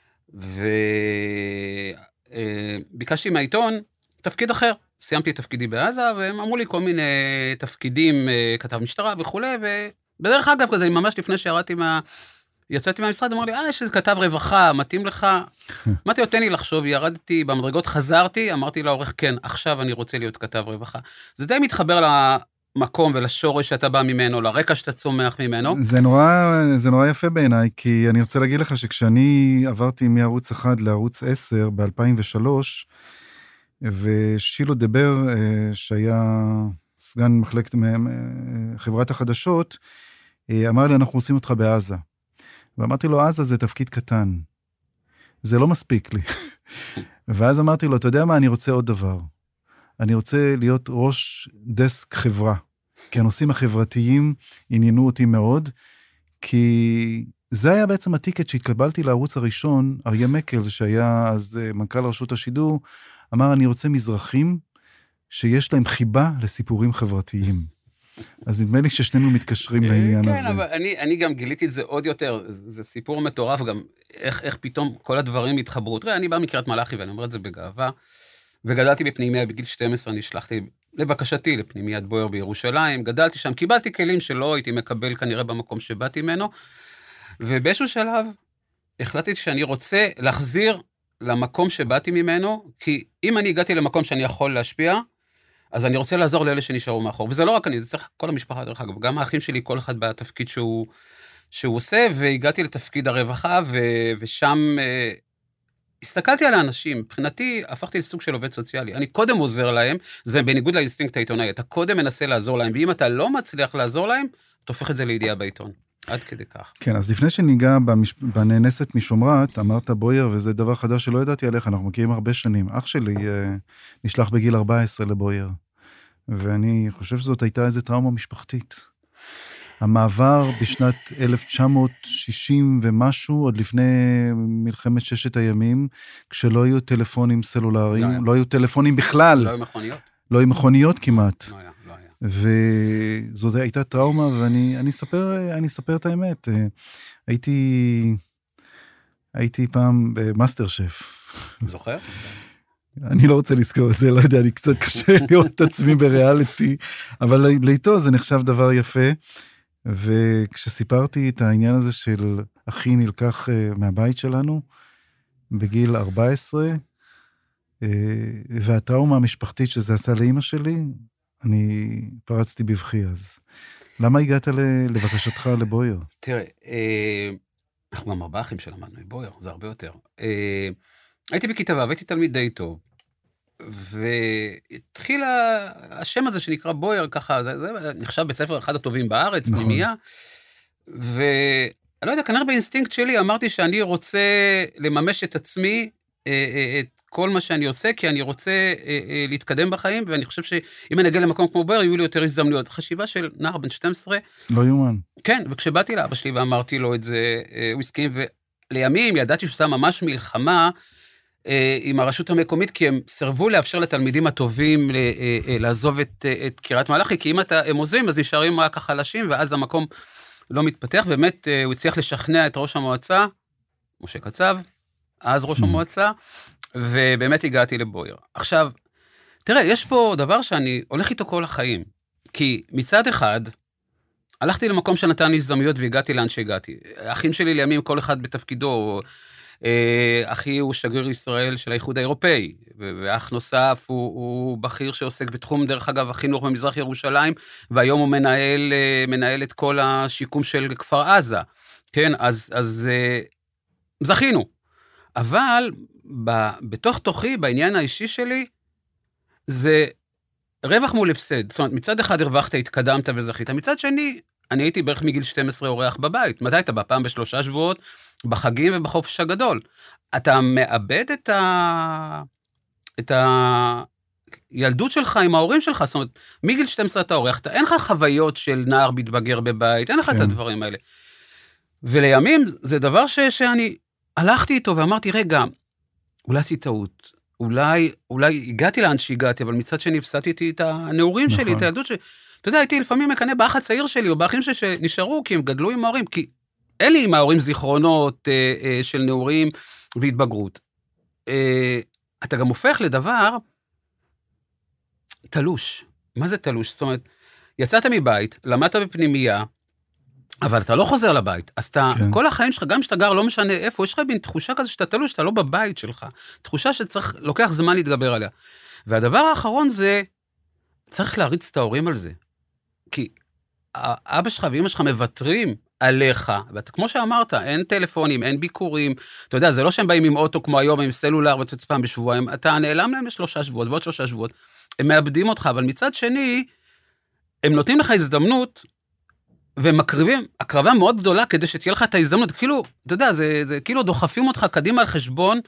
וביקשתי מהעיתון תפקיד אחר. סיימתי את תפקידי בעזה, והם אמרו לי כל מיני תפקידים, כתב משטרה וכו', ו... בדרך אגב, כזה, ממש לפני שירדתי מה... יצאתי מהמשרד, אמר לי, אה, יש איזה כתב רווחה, מתאים לך? אמרתי, תן לי לחשוב, ירדתי במדרגות, חזרתי, אמרתי לעורך, כן, עכשיו אני רוצה להיות כתב רווחה. זה די מתחבר למקום ולשורש שאתה בא ממנו, לרקע שאתה צומח ממנו. זה נורא, זה נורא יפה בעיניי, כי אני רוצה להגיד לך שכשאני עברתי מערוץ אחד לערוץ עשר ב-אלפיים ושלוש, ושילו דבר, שהיה סגן מחלקת חברת החדשות, אמר לי, אנחנו עושים אותך בעזה. ואמרתי לו, עזה זה תפקיד קטן. זה לא מספיק לי. ואז אמרתי לו, אתה יודע מה, אני רוצה עוד דבר. אני רוצה להיות ראש דסק חברה. כי הנושאים החברתיים עניינו אותי מאוד, כי זה היה בעצם הטיקט שהתקבלתי לערוץ הראשון, אריה מקל, שהיה אז מנכ"ל רשות השידור, אמר, אני רוצה מזרחים שיש להם חיבה לסיפורים חברתיים. אז נדמה לי ששנינו מתקשרים לעניין הזה. כן, אבל אני, אני גם גיליתי את זה עוד יותר, זה סיפור מטורף גם, איך, איך פתאום כל הדברים התחברו. תראה, אני בא מקריית מלאכי, ואני אומר את זה בגאווה, וגדלתי בפנימיה, בגיל שתים עשרה נשלחתי, לבקשתי, לפנימיית בויאר בירושלים, גדלתי שם, קיבלתי כלים שלא הייתי מקבל כנראה במקום שבאתי ממנו, ובאיזשהו שלב, החלטתי שאני רוצה להחזיר למקום שבאתי ממנו, כי אם אני הגעתי למקום שאני יכול להשפיע, אז אני רוצה לעזור לאלה שנשארו מאחור, וזה לא רק אני, זה צריך כל המשפחה דרך אגב, גם האחים שלי, כל אחד בתפקיד שהוא, שהוא עושה, והגעתי לתפקיד הרווחה, ו, ושם אה, הסתכלתי על האנשים, מבחינתי הפכתי לסוג של עובד סוציאלי, אני קודם עוזר להם, זה בניגוד לאינסטינקט העיתונאי, אתה קודם מנסה לעזור להם, ואם אתה לא מצליח לעזור להם, אתה הופך את זה לידיעה בעיתון, עד כדי כך. כן, אז לפני שניגע במש... בנאנסת משומרת, אמרת בויאר, וזה דבר חדש שלא ידעתי עליך, אנחנו מכירים הרבה שנים, אח שלי אה, נשלח בגיל ארבע עשרה לבויאר, ואני חושב שזאת הייתה איזו טראומה משפחתית. המעבר בשנת אלף תשע מאות שישים ומשהו, עוד לפני מלחמת ששת הימים, כשלא היו טלפונים סלולריים, לא, לא היו טלפונים בכלל. לא היו מכוניות. לא היו מכוניות כמעט. לא היה, לא היה. וזאת הייתה טראומה, ואני אני אספר, אני אספר את האמת. הייתי, הייתי פעם במאסטר שף. זוכר? אני לא רוצה לזכור את זה, לא יודע, אני קצת קשה לראות את עצמי בריאליטי, אבל לאיתו זה נחשב דבר יפה, וכשסיפרתי את העניין הזה של אחי נלקח מהבית שלנו, בגיל ארבע עשרה, והטראומה המשפחתית שזה עשה לאמא שלי, אני פרצתי בבכי אז. למה הגעת לבקשתך לבויר? תראה, אנחנו גם ארבעה אחים שלמדנו בבויר, זה הרבה יותר. הייתי בכיתה ו', הייתי תלמיד די טוב, והתחיל השם הזה שנקרא בויר, ככה, זה, זה נחשב בית ספר אחד הטובים בארץ, נכון. פנימייה, ואני לא יודע, כנראה באינסטינקט שלי, אמרתי שאני רוצה לממש את עצמי, את כל מה שאני עושה, כי אני רוצה להתקדם בחיים, ואני חושב שאם אני אגיע למקום כמו בויר, יהיו לי יותר הזדמנויות. חשיבה של נער בן שתים עשרה. לא יומן. כן, וכשבאתי לאבא שלי ואמרתי לו את זה, הוא הסכים, ולימים ידעתי שעושה ממש מלחמה, עם הרשות המקומית, כי הם סרבו לאפשר לתלמידים הטובים לעזוב את, את קריית מלאכי, כי אם אתה, הם עוזבים, אז נשארים רק החלשים, ואז המקום לא מתפתח. באמת, הוא הצליח לשכנע את ראש המועצה, משה קצב, אז ראש המועצה, ובאמת הגעתי לבויר. עכשיו, תראה, יש פה דבר שאני הולך איתו כל החיים, כי מצד אחד, הלכתי למקום שנתן לי הזדמנויות, והגעתי לאן שהגעתי. האחים שלי לימים, כל אחד בתפקידו, אחי הוא שגריר ישראל של האיחוד האירופאי, ואח נוסף הוא, הוא בכיר שעוסק בתחום, דרך אגב, החינוך במזרח ירושלים, והיום הוא מנהל, מנהל את כל השיקום של כפר עזה. כן, אז, אז זכינו. אבל ב, בתוך תוכי, בעניין האישי שלי, זה רווח מול הפסד. זאת אומרת, מצד אחד הרווחת, התקדמת וזכית. מצד שני, אני הייתי בערך מגיל שתים עשרה אורח בבית. מתי אתה? בפעם בשלושה שבועות, בחגים ובחופש הגדול. אתה מאבד את ה... את הילדות שלך עם ההורים שלך. זאת אומרת, מגיל שתים עשרה אתה אורח, אין לך חוויות של נער מתבגר בבית, אין לך את הדברים האלה. ולימים, זה דבר ש... שאני הלכתי איתו ואמרתי, רגע, אולי עשיתי טעות, אולי, אולי הגעתי לאן שהגעתי, אבל מצד שני הפסדתי את הנעורים שלי, את הילדות שלי. אתה יודע, הייתי לפעמים מקנה באח הצעיר שלי, או באחים שנשארו, כי הם גדלו עם ההורים, כי אין לי עם ההורים זיכרונות אה, אה, של נעורים והתבגרות. אה, אתה גם הופך לדבר תלוש. מה זה תלוש? זאת אומרת, יצאת מבית, למדת בפנימייה, אבל אתה לא חוזר לבית, אז אתה, כן. כל החיים שלך, גם שאתה גר, לא משנה איפה, יש לך בין תחושה כזה שאתה תלוש, שאתה לא בבית שלך. תחושה שצריך, לוקח זמן להתגבר עליה. והדבר האחרון זה, צריך להריץ את ההורים על זה. כי אבא שלך ואמא שלך מבטרים עליך, ואתה, כמו שאמרת, אין טלפונים, אין ביקורים, אתה יודע, זה לא שהם באים עם אוטו כמו היום, עם סלולר ותצא פעם בשבועיים, אתה נעלם להם לשלושה שבועות, ועוד שלושה שבועות, הם מאבדים אותך, אבל מצד שני, הם נותנים לך הזדמנות, והם מקריבים, הקרבה מאוד גדולה, כדי שתהיה לך את ההזדמנות, כאילו, אתה יודע, זה, זה כאילו דוחפים אותך קדימה על חשבון,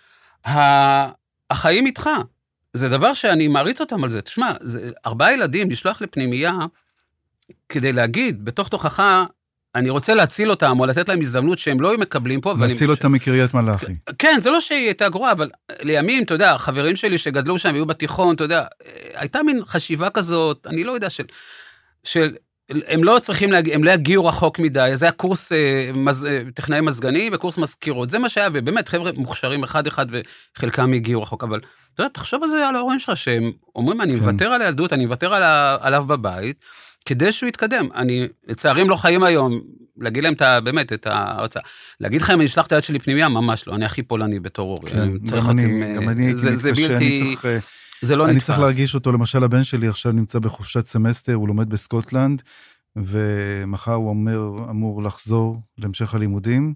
החיים איתך, זה דבר שאני מעריץ אותם על זה, תשמע, זה ארבעה ילדים, לשלוח לפנימייה, כדי להגיד, בתוך תוכחה, אני רוצה להציל אותם, או לתת להם הזדמנות שהם לא מקבלים פה. להציל אותם מקריית מלאכי. כן, זה לא שהיא הייתה גרועה, אבל לימים, אתה יודע, חברים שלי שגדלו שם, היו בתיכון, אתה יודע, הייתה מין חשיבה כזאת, אני לא יודע, של, של הם לא צריכים להגיע, הם לא יגיעו רחוק מדי, זה היה קורס מז, טכנאי מזגני, וקורס מזכירות, זה מה שהיה, ובאמת, חבר'ה מוכשרים אחד אחד, וחלקם הגיעו רחוק, אבל, אתה יודע, תחשוב על זה על ההורים שלך, שהם אומרים, אני מוותר על הילדות, אני מוותר עליו בבית, כדי שהוא יתקדם. אני, לצערים לא חיים היום, להגיד להם את ה, באמת, את ההרצאה. להגיד לכם, אני אשלח את היד שלי פנימיה, ממש לא, אני הכי פולני בתור אורי. גם אני הייתי מתקשה, אני צריך... זה לא אני נתפס. צריך להרגיש אותו, למשל הבן שלי עכשיו נמצא בחופשת סמסטר, הוא לומד בסקוטלנד, ומחר הוא אומר, אמור לחזור להמשך הלימודים,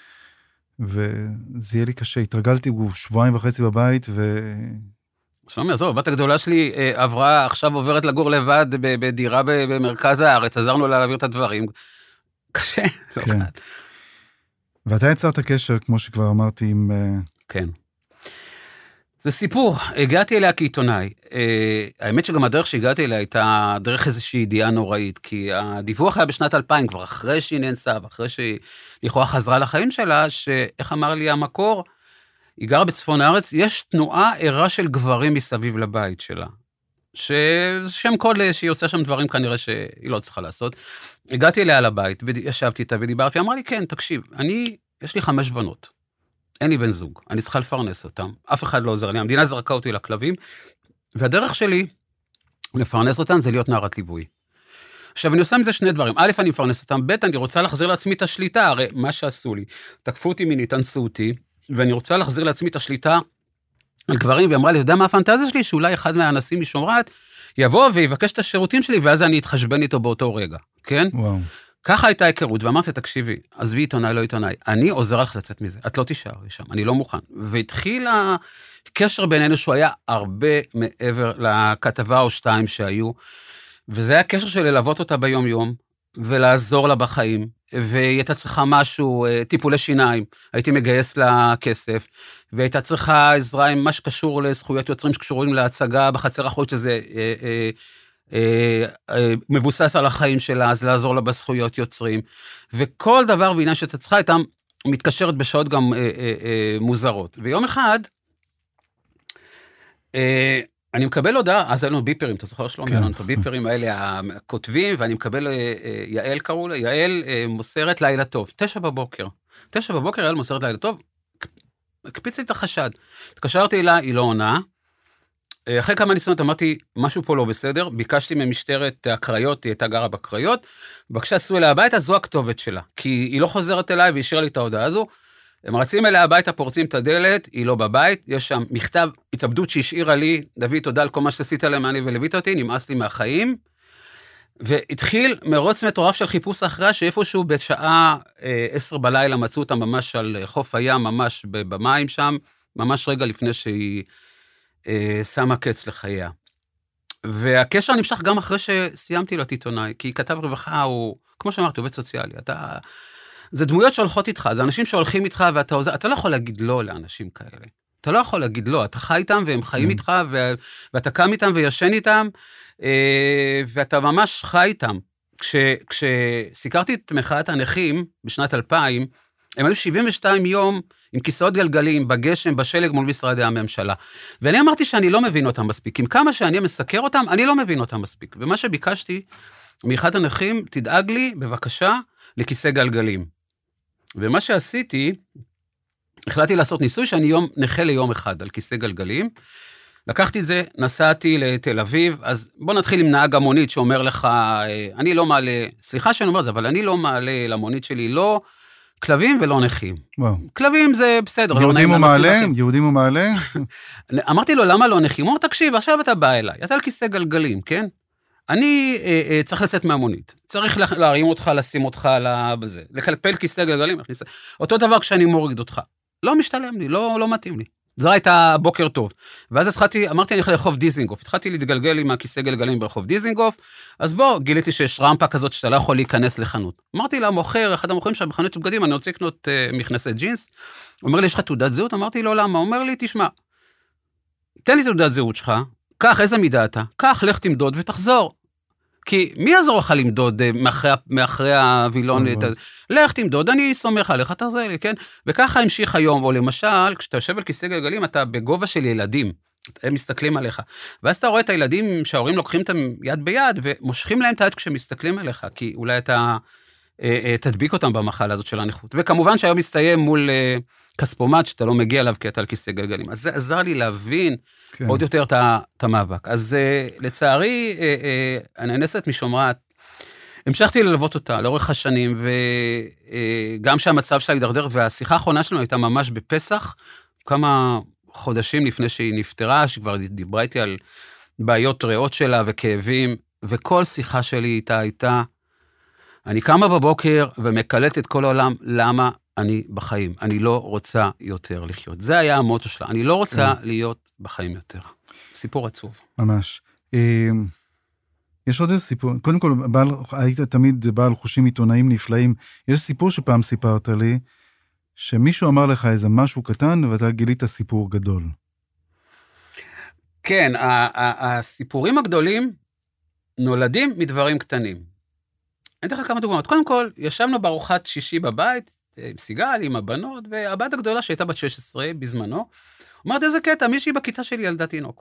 וזה יהיה לי קשה. התרגלתי, הוא שבועיים וחצי בבית, ו... שלומי, עזוב, הבת הגדולה שלי עברה, עכשיו עוברת לגור לבד בדירה במרכז הארץ, עזרנו לה להעביר את הדברים. קשה, לא קל. ואתה יצרת קשר, כמו שכבר אמרתי, עם... כן. זה סיפור, הגעתי אליה כעיתונאי. האמת שגם הדרך שהגעתי אליה הייתה דרך איזושהי ידיעה נוראית, כי הדיווח היה בשנת אלפיים, כבר אחרי שהיא נאנסה, ואחרי שהיא לכאורה חזרה לחיים שלה, שאיך אמר לי המקור, היא גרה בצפון הארץ, יש תנועה ערה של גברים מסביב לבית שלה, ששם קוד שהיא עושה שם דברים כנראה שהיא לא צריכה לעשות. הגעתי אליה לבית, וישבתי איתה ודיברתי, אמרה לי, כן, תקשיב, אני, יש לי חמש בנות, אין לי בן זוג, אני צריכה לפרנס אותם, אף אחד לא עוזר לי, המדינה זרקה אותי לכלבים, והדרך שלי לפרנס אותם זה להיות נערת ליווי. עכשיו, אני עושה מזה שני דברים. א', אני מפרנס אותם, ב', אני רוצה להחזיר לעצמי את השליטה, הרי מה שעשו לי, תקפו אותי מינית, אנסו אותי, ואני רוצה להחזיר לעצמי את השליטה על גברים, והיא אמרה לי, יודע מה הפנטזיה שלי? שאולי אחד מהאנסים משומרת, יבוא ויבקש את השירותים שלי, ואז אני אתחשבן איתו באותו רגע, כן? וואו. ככה הייתה היכרות, ואמרתי, תקשיבי, עזבי עיתונאי, לא עיתונאי, אני עוזר לך לצאת מזה, את לא תישארי שם, אני לא מוכן. והתחיל הקשר בינינו שהוא היה הרבה מעבר לכתבה או שתיים שהיו, וזה היה קשר של ללוות אותה ביום יום, ולעזור לה בחיים, והיא הייתה צריכה משהו, טיפולי שיניים, הייתי מגייס לה כסף, והייתה צריכה עזרה עם מה שקשור לזכויות יוצרים שקשורים להצגה בחצר האחורית, שזה אה, אה, אה, אה, מבוסס על החיים שלה, אז לעזור לה בזכויות יוצרים, וכל דבר ועניין שאתה צריכה, הייתה מתקשרת בשעות גם אה, אה, אה, מוזרות. ויום אחד, אה, אני מקבל הודעה, אז היה לנו ביפרים, אתה זוכר שלום, היה לנו את הביפרים האלה, הכותבים, ואני מקבל, יעל קראו לה, יעל מוסרת לילה טוב, תשע בבוקר, תשע בבוקר יעל מוסרת לילה טוב, הקפיץ לי את החשד, התקשרתי אליה, היא לא עונה, אחרי כמה ניסיונות אמרתי, משהו פה לא בסדר, ביקשתי ממשטרת הקריות, היא הייתה גרה בקריות, בבקשה עשו אליה הביתה, זו הכתובת שלה, כי היא לא חוזרת אליי, והשאירה לי את ההודעה הזו, הם רצים אליה הביתה, פורצים את הדלת, היא לא בבית, יש שם מכתב התאבדות שהשאירה לי, דוד, תודה על כל מה שעשית למעני ולווית אותי, נמאס לי מהחיים, והתחיל מרוץ מטורף של חיפוש אחריה, שאיפשהו בשעה אה, עשר בלילה מצאו אותה ממש על חוף הים, ממש במים שם, ממש רגע לפני שהיא אה, שמה קץ לחייה. והקשר נמשך גם אחרי שסיימתי להיות עיתונאי, כי כתב רווחה הוא, כמו שאמרתי, עובד סוציאלי, אתה... זה דמויות שהולכות איתך, זה אנשים שהולכים איתך, ואתה עוזר, אתה לא יכול להגיד לא לאנשים כאלה. אתה לא יכול להגיד לא, אתה חי איתם, והם חיים איתך, ו, ואתה קם איתם וישן איתם, ואתה ממש חי איתם. כש, כשסיקרתי את מחאת הנכים בשנת אלפיים, הם היו שבעים ושתיים יום עם כיסאות גלגלים, בגשם, בשלג מול משרדי הממשלה. ואני אמרתי שאני לא מבין אותם מספיק. עם כמה שאני מסקר אותם, אני לא מבין אותם מספיק. ומה שביקשתי מחאת הנכים, תדאג לי, בבקשה, לכיסא גלגלים. ומה שעשיתי, החלטתי לעשות ניסוי שאני יום, נכה ליום אחד על כיסא גלגלים, לקחתי את זה, נסעתי לתל אביב, אז בוא נתחיל עם נהג המונית שאומר לך, אני לא מעלה, סליחה שאני אומר את זה, אבל אני לא מעלה למונית שלי, לא כלבים ולא נכים. וואו. כלבים זה בסדר. יהודים הוא מעלה? יהודים הוא מעלה? אמרתי לו, למה לא נכים? הוא אומר, תקשיב, עכשיו אתה בא אליי, אתה על כיסא גלגלים, כן? אני אה, אה, צריך לצאת מהמונית, צריך להרים אותך, לשים אותך בזה, לקלפל כיסא גלגלים, אותו דבר כשאני מוריד אותך, לא משתלם לי, לא, לא מתאים לי. זה הייתה בוקר טוב, ואז התחלתי, אמרתי אני הולך לרחוב דיזינגוף, התחלתי להתגלגל עם הכיסא גלגלים ברחוב דיזינגוף, אז בוא, גיליתי שיש רמפה כזאת שאתה לא יכול להיכנס לחנות. אמרתי לה, מוכר, אחד המוכרים שם בחנות של בגדים, אני רוצה לקנות uh, מכנסי ג'ינס, הוא אומר לי, יש לך תעודת זהות? אמרתי לו, למה? הוא אומר לי, תשמע, תן לי תעודת זהות שלך, קח, איזה מידה אתה, קח, לך תמדוד ותחזור. כי מי יעזור לך למדוד מאחרי, מאחרי הווילון? את... לך תמדוד, אני סומך עליך, תעזר לי, כן? וככה המשיך היום, או למשל, כשאתה יושב על כיסא גלגלים, אתה בגובה של ילדים, הם מסתכלים עליך, ואז אתה רואה את הילדים שההורים לוקחים אותם יד ביד, ומושכים להם את היד כשמסתכלים עליך, כי אולי אתה אה, אה, תדביק אותם במחלה הזאת של הנכות. וכמובן שהיום מסתיים מול אה, כספומט, שאתה לא מגיע אליו כי אתה על כיסא גלגלים. אז זה עזר לי להבין כן. עוד יותר את המאבק. אז אה, לצערי, אה, אה, הנאנסת משומרת, המשכתי ללוות אותה לאורך השנים, וגם שהמצב שלה הידרדר, והשיחה האחרונה שלנו הייתה ממש בפסח, כמה חודשים לפני שהיא נפטרה, שכבר דיברה איתי על בעיות ריאות שלה וכאבים, וכל שיחה שלי איתה הייתה, אני קמה בבוקר ומקלט את כל העולם, למה אני בחיים? אני לא רוצה יותר לחיות. זה היה המוטו שלה, אני לא רוצה כן. להיות בחיים יותר. סיפור עצוב. ממש. יש עוד איזה סיפור, קודם כל, בעל, היית תמיד בעל חושים עיתונאים נפלאים, יש סיפור שפעם סיפרת לי, שמישהו אמר לך איזה משהו קטן, ואתה גילית סיפור גדול. כן, הסיפורים הגדולים נולדים מדברים קטנים. אני אתן לך כמה דוגמאות. קודם כל, ישבנו בארוחת שישי בבית, עם סיגל, עם הבנות, והבת הגדולה שהייתה בת שש עשרה בזמנו, אומרת איזה קטע, מישהי בכיתה שלי ילדה תינוק.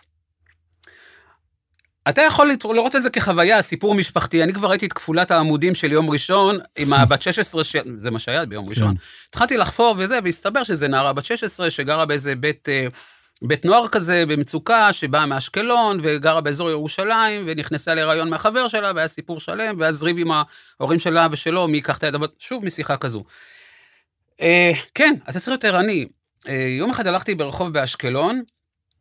אתה יכול לראות את זה כחוויה, סיפור משפחתי, אני כבר ראיתי את כפולת העמודים של יום ראשון, עם הבת שש עשרה, ש... זה מה שהיה ביום ראשון, התחלתי לחפור וזה, והסתבר שזה נערה בת שש עשרה, שגרה באיזה בית, בית נוער כזה, במצוקה, שבאה מאשקלון, וגרה באזור ירושלים, ונכנסה להיריון מהחבר שלה, והיה סיפור שלם, ואז ריב עם ההורים שלה ושלו, מי ייקח את היד, שוב משיחה כזו. כן, אתה צריך יותר עני, יום אחד הלכתי ברחוב באשקלון,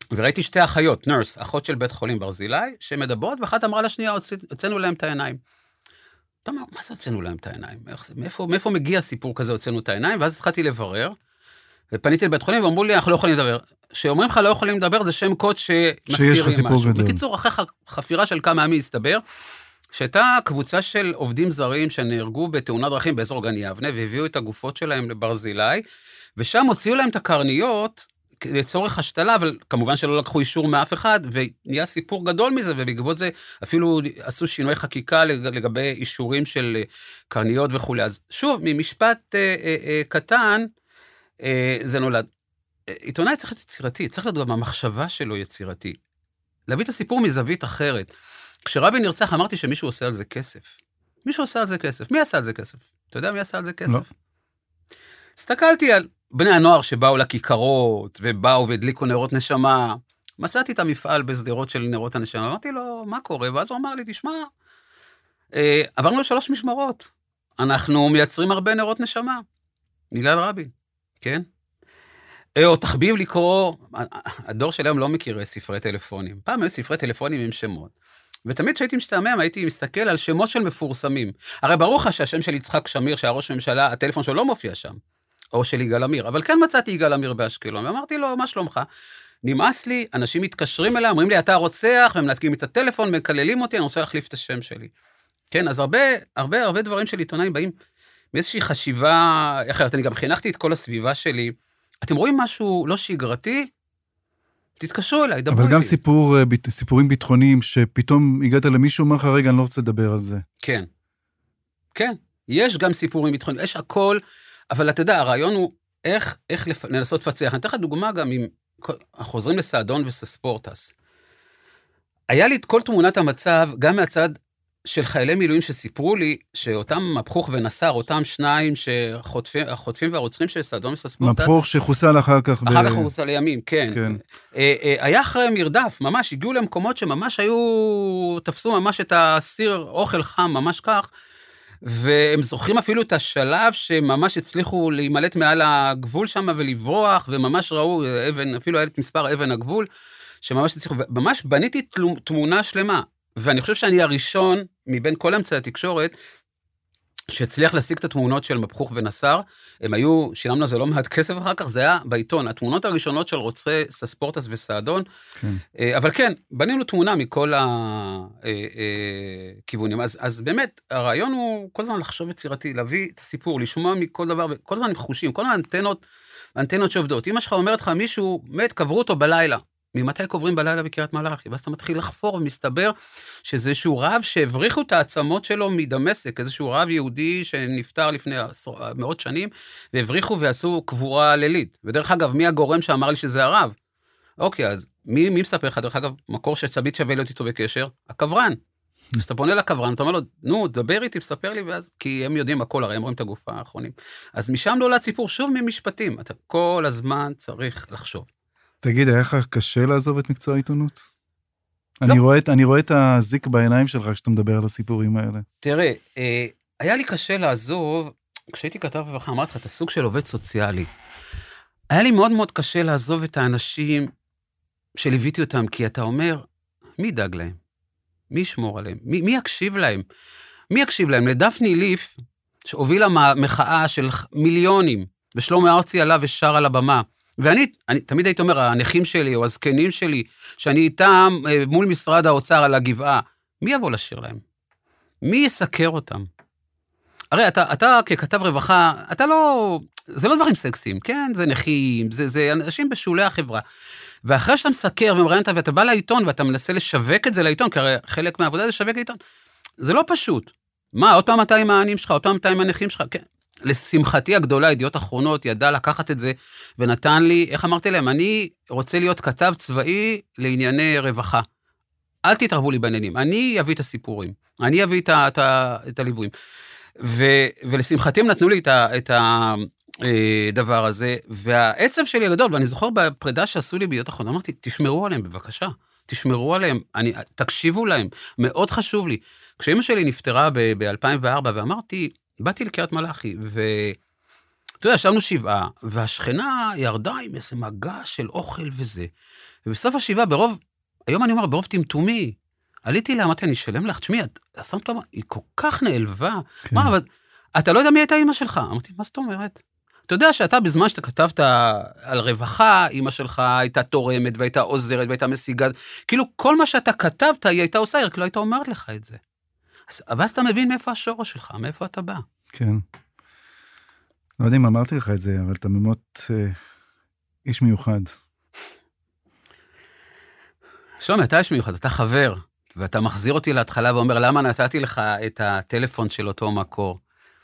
וראיתי שתי אחיות, נרס, אחות של בית חולים ברזילי, שמדברות, ואחת אמרה לשנייה, הוצאנו להם את העיניים. אתה אומר, מה זה הוצאנו להם את העיניים? מאיפה, מאיפה מגיע סיפור כזה, הוצאנו את העיניים? ואז התחלתי לברר, ופניתי לבית חולים, ואמרו לי, אנחנו לא יכולים לדבר. שאומרים לך לא יכולים לדבר, זה שם קוד שמסתירים משהו. בקיצור, אחרי חפירה של כמה ימים הסתבר, שהייתה קבוצה של עובדים זרים שנהרגו בתאונת דרכים באזור גן יבנה, והביאו את הגופות שלהם לברזילי, ושם הוציאו להם את הקרניות, לצורך השתלה, אבל כמובן שלא לקחו אישור מאף אחד, ונהיה סיפור גדול מזה, ובעקבות זה אפילו עשו שינוי חקיקה לגבי אישורים של קרניות וכו'. אז שוב, ממשפט אה, אה, אה, קטן, אה, זה נולד. עיתונאי צריך להיות יצירתי, צריך להיות גם המחשבה שלו יצירתי. להביא את הסיפור מזווית אחרת. כשרבין נרצח, אמרתי שמישהו עושה על זה כסף. מישהו עושה על זה כסף. מי עשה על זה כסף? אתה יודע מי עשה על זה כסף? לא. הסתכלתי על בני הנוער שבאו לכיכרות, ובאו והדליקו נרות נשמה. מצאתי את המפעל בסדרות של נרות הנשמה. אמרתי לו, מה קורה? ואז הוא אמר לי, תשמע, אה, עברנו שלוש משמרות. אנחנו מייצרים הרבה נרות נשמה. בגלל רבין, כן? או תחביב לקרוא, הדור של היום לא מכיר ספרי טלפונים. פעם היו ספרי טלפונים עם שמות. ותמיד כשהייתי משתעמם, הייתי מסתכל על שמות של מפורסמים. הרי ברור לך שהשם של יצחק שמיר, שהראש הממשלה, הטלפון שלו לא מופיע שם. או של יגאל עמיר. אבל כן מצאתי יגאל עמיר באשקלון. ואמרתי לו, מה שלומך? נמאס לי, אנשים מתקשרים אליי, אומרים לי, אתה רוצח, והם מנתקים את הטלפון, מקללים אותי, אני רוצה להחליף את השם שלי. כן, אז הרבה, הרבה, הרבה דברים של עיתונאים באים מאיזושהי חשיבה אחרת. אני גם חינכתי את כל הסביבה שלי. אתם רואים משהו לא שגרתי? תתקשרו אליי, דברו איתי. אבל גם סיפור, סיפורים ביטחוניים, שפתאום הגעת למישהו, אומר לך, רגע, אני לא רוצה לדבר על זה. כן. כן. יש גם סיפורים ביטחוניים, יש הכל, אבל אתה יודע, הרעיון הוא איך, איך לנסות לפצח. אני אתן לך דוגמה גם עם, חוזרים לסעדון וסספורטס. היה לי את כל תמונת המצב, גם מהצד של חיילי מילואים שסיפרו לי, שאותם מפחוך ונסר, אותם שניים שהחוטפים והרוצחים של סעדון וסספורטס. מפחוך שחוסל אחר כך. אחר כך חוסל לימים, כן. כן. היה אחרי מרדף, ממש, הגיעו למקומות שממש היו, תפסו ממש את הסיר אוכל חם, ממש כך, והם זוכרים אפילו את השלב שממש הצליחו להימלט מעל הגבול שם ולברוח, וממש ראו אבן, אפילו היה את מספר אבן הגבול, שממש הצליחו, ממש בניתי תמונה שלמה, ואני חושב שאני הראשון, מבין כל אמצעי התקשורת, שהצליח להשיג את התמונות של מפחוך ונסר, הם היו, שילמנו זה לא מעט כסף אחר כך, זה היה בעיתון, התמונות הראשונות של רוצחי סספורטס וסעדון, כן. אבל כן, בנינו תמונה מכל הכיוונים, אז, אז באמת, הרעיון הוא כל הזמן לחשוב יצירתי, להביא את הסיפור, לשמוע מכל דבר, כל הזמן עם חושים, כל הזמן אנטנות, אנטנות שעובדות. אמא שלך אומרת לך, מישהו מת, קברו אותו בלילה, ממתי קוברים בלילה בקריית מלאכי? ואז אתה מתחיל לחפור ומסתבר שזה איזשהו רב שהבריחו את העצמות שלו מדמשק, איזשהו רב יהודי שנפטר לפני מאות שנים, והבריחו ועשו קבורה לילית. ודרך אגב, מי הגורם שאמר לי שזה הרב? אוקיי, אז מי, מי מספר לך? דרך אגב, מקור שתמיד שווה להיות איתו בקשר? הקברן. אז אתה פונה לקברן, אתה אומר לו, נו, דבר איתי, ספר לי, ואז, כי הם יודעים הכל, הרי הם רואים את הגופה האחרונים. אז משם נולד סיפור שוב ממשפטים. אתה כל הזמן צריך לחשוב. תגיד, היה לך קשה לעזוב את מקצוע העיתונות? לא. אני רואה, אני רואה את הזיק בעיניים שלך כשאתה מדבר על הסיפורים האלה. תראה, אה, היה לי קשה לעזוב, כשהייתי כתב רווחה, אמרתי לך, את הסוג של עובד סוציאלי. היה לי מאוד מאוד קשה לעזוב את האנשים שליוויתי אותם, כי אתה אומר, מי ידאג להם? מי ישמור עליהם? מי, מי יקשיב להם? מי יקשיב להם? לדפני ליף, שהובילה מחאה של מיליונים, ושלמה ארצי עלה ושר על הבמה, ואני אני, תמיד הייתי אומר, הנכים שלי או הזקנים שלי, שאני איתם מול משרד האוצר על הגבעה, מי יבוא לשיר להם? מי יסקר אותם? הרי אתה, אתה ככתב רווחה, אתה לא, זה לא דברים סקסיים, כן? זה נכים, זה, זה אנשים בשולי החברה. ואחרי שאתה מסקר ומראיין אותה, ואתה בא לעיתון, ואתה מנסה לשווק את זה לעיתון, כי הרי חלק מהעבודה זה לשווק לעיתון, זה לא פשוט. מה, עוד פעם אתה עם העניים שלך, עוד פעם אתה עם הנכים שלך, כן? לשמחתי הגדולה, ידיעות אחרונות, ידע לקחת את זה, ונתן לי, איך אמרתי להם, אני רוצה להיות כתב צבאי לענייני רווחה. אל תתערבו לי בעניינים, אני אביא את הסיפורים, אני אביא את, ה, את, ה, את הליוויים. ו, ולשמחתי הם נתנו לי את, ה, את הדבר הזה, והעצב שלי הגדול, ואני זוכר בפרידה שעשו לי בידיעות אחרונות, אמרתי, תשמרו עליהם בבקשה, תשמרו עליהם, אני, תקשיבו להם, מאוד חשוב לי. כשאמא שלי נפטרה ב-אלפיים וארבע, ואמרתי, באתי לקריית מלאכי, אתה יודע, ישבנו שבעה, והשכנה ירדה עם איזה מגע של אוכל וזה, ובסוף השבעה, ברוב, היום אני אומר, ברוב טמטומי, עליתי לה, אמרתי, אני אשלם לך, תשמעי, שמת לה, היא כל כך נעלבה, כן. מה, אבל אתה לא יודע מי הייתה אמא שלך? אמרתי, מה זאת אומרת? אתה יודע שאתה בזמן שאתה כתבת על רווחה, אמא שלך הייתה תורמת, והייתה עוזרת, והייתה משיגת, כאילו כל מה שאתה כתבת, היא הייתה עושה, רק לא הייתה אומרת לך את זה. אז, אבל אז אתה מבין מאיפה השורש שלך, מאיפה אתה בא. כן. לא יודע אם אמרתי לך את זה, אבל אתה ממות אה, איש מיוחד. שלומי, אתה איש מיוחד, אתה חבר, ואתה מחזיר אותי להתחלה ואומר, למה נתתי לך את הטלפון של אותו מקור?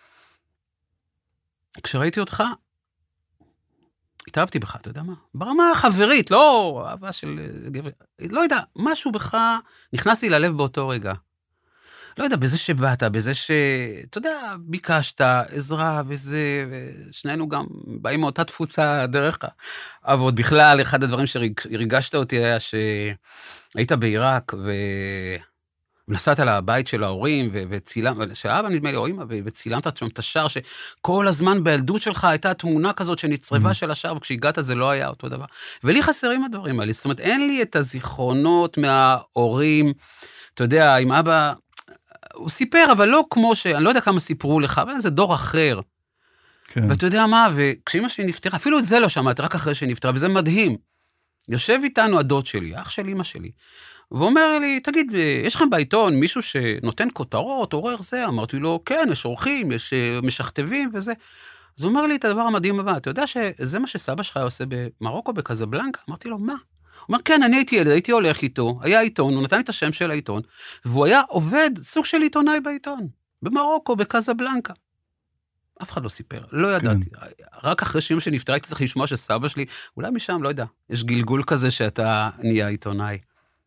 כשראיתי אותך, התאהבתי בך, אתה יודע מה? ברמה החברית, לא אהבה של גבר, לא יודע, משהו בך נכנס לי ללב באותו רגע. לא יודע, בזה שבאת, בזה ש... אתה יודע, ביקשת עזרה וזה, ושנינו גם באים מאותה תפוצה דרך העבוד. בכלל, אחד הדברים שהרגשת אותי היה שהיית בעיראק, ו... ונסעת על הבית של ההורים, וצילמת, של האבא נדמה לי, או אמא, וצילמת שם את השער, שכל הזמן בילדות שלך הייתה תמונה כזאת שנצרבה של השער, וכשהגעת זה לא היה אותו דבר. ולי חסרים הדברים האלה, זאת אומרת, אין לי את הזיכרונות מההורים, אתה יודע, עם אבא, הוא סיפר, אבל לא כמו ש... אני לא יודע כמה סיפרו לך, אבל זה דור אחר. כן. ואתה יודע מה, וכשאמא שלי נפטרה, אפילו את זה לא שמעתי, רק אחרי שנפטרה, וזה מדהים. יושב איתנו הדוד שלי, אח של אמא שלי, ואומר לי, תגיד, יש לכם בעיתון מישהו שנותן כותרות, עורר זה? אמרתי לו, כן, יש עורכים, יש משכתבים וזה. אז הוא אומר לי את הדבר המדהים הבא, אתה יודע שזה מה שסבא שלך עושה במרוקו, בקזבלנקה? אמרתי לו, מה? הוא אומר, כן, אני הייתי ילד, הייתי הולך איתו, היה עיתון, הוא נתן לי את השם של העיתון, והוא היה עובד סוג של עיתונאי בעיתון, במרוקו, בקזבלנקה. אף אחד לא סיפר, לא ידעתי. כן. רק אחרי שאמא שנפטרה, הייתי צריך לשמוע שסבא שלי, אולי משם, לא יודע, יש גלגול כזה שאתה נהיה עיתונאי.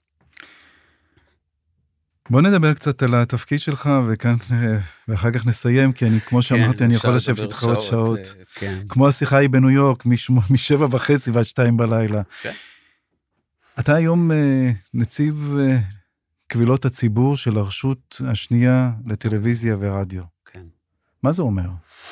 בוא נדבר קצת על התפקיד שלך, וכאן, ואחר כך נסיים, כי אני, כמו שאמרתי, אני יכול לשבת איתך עוד שעות. כן. כמו השיחה היא בניו יורק, משבע וחצי ועד שתיים בלילה. כן. אתה היום נציב קבילות הציבור של הרשות השנייה לטלוויזיה ורדיו. כן. מה זה אומר?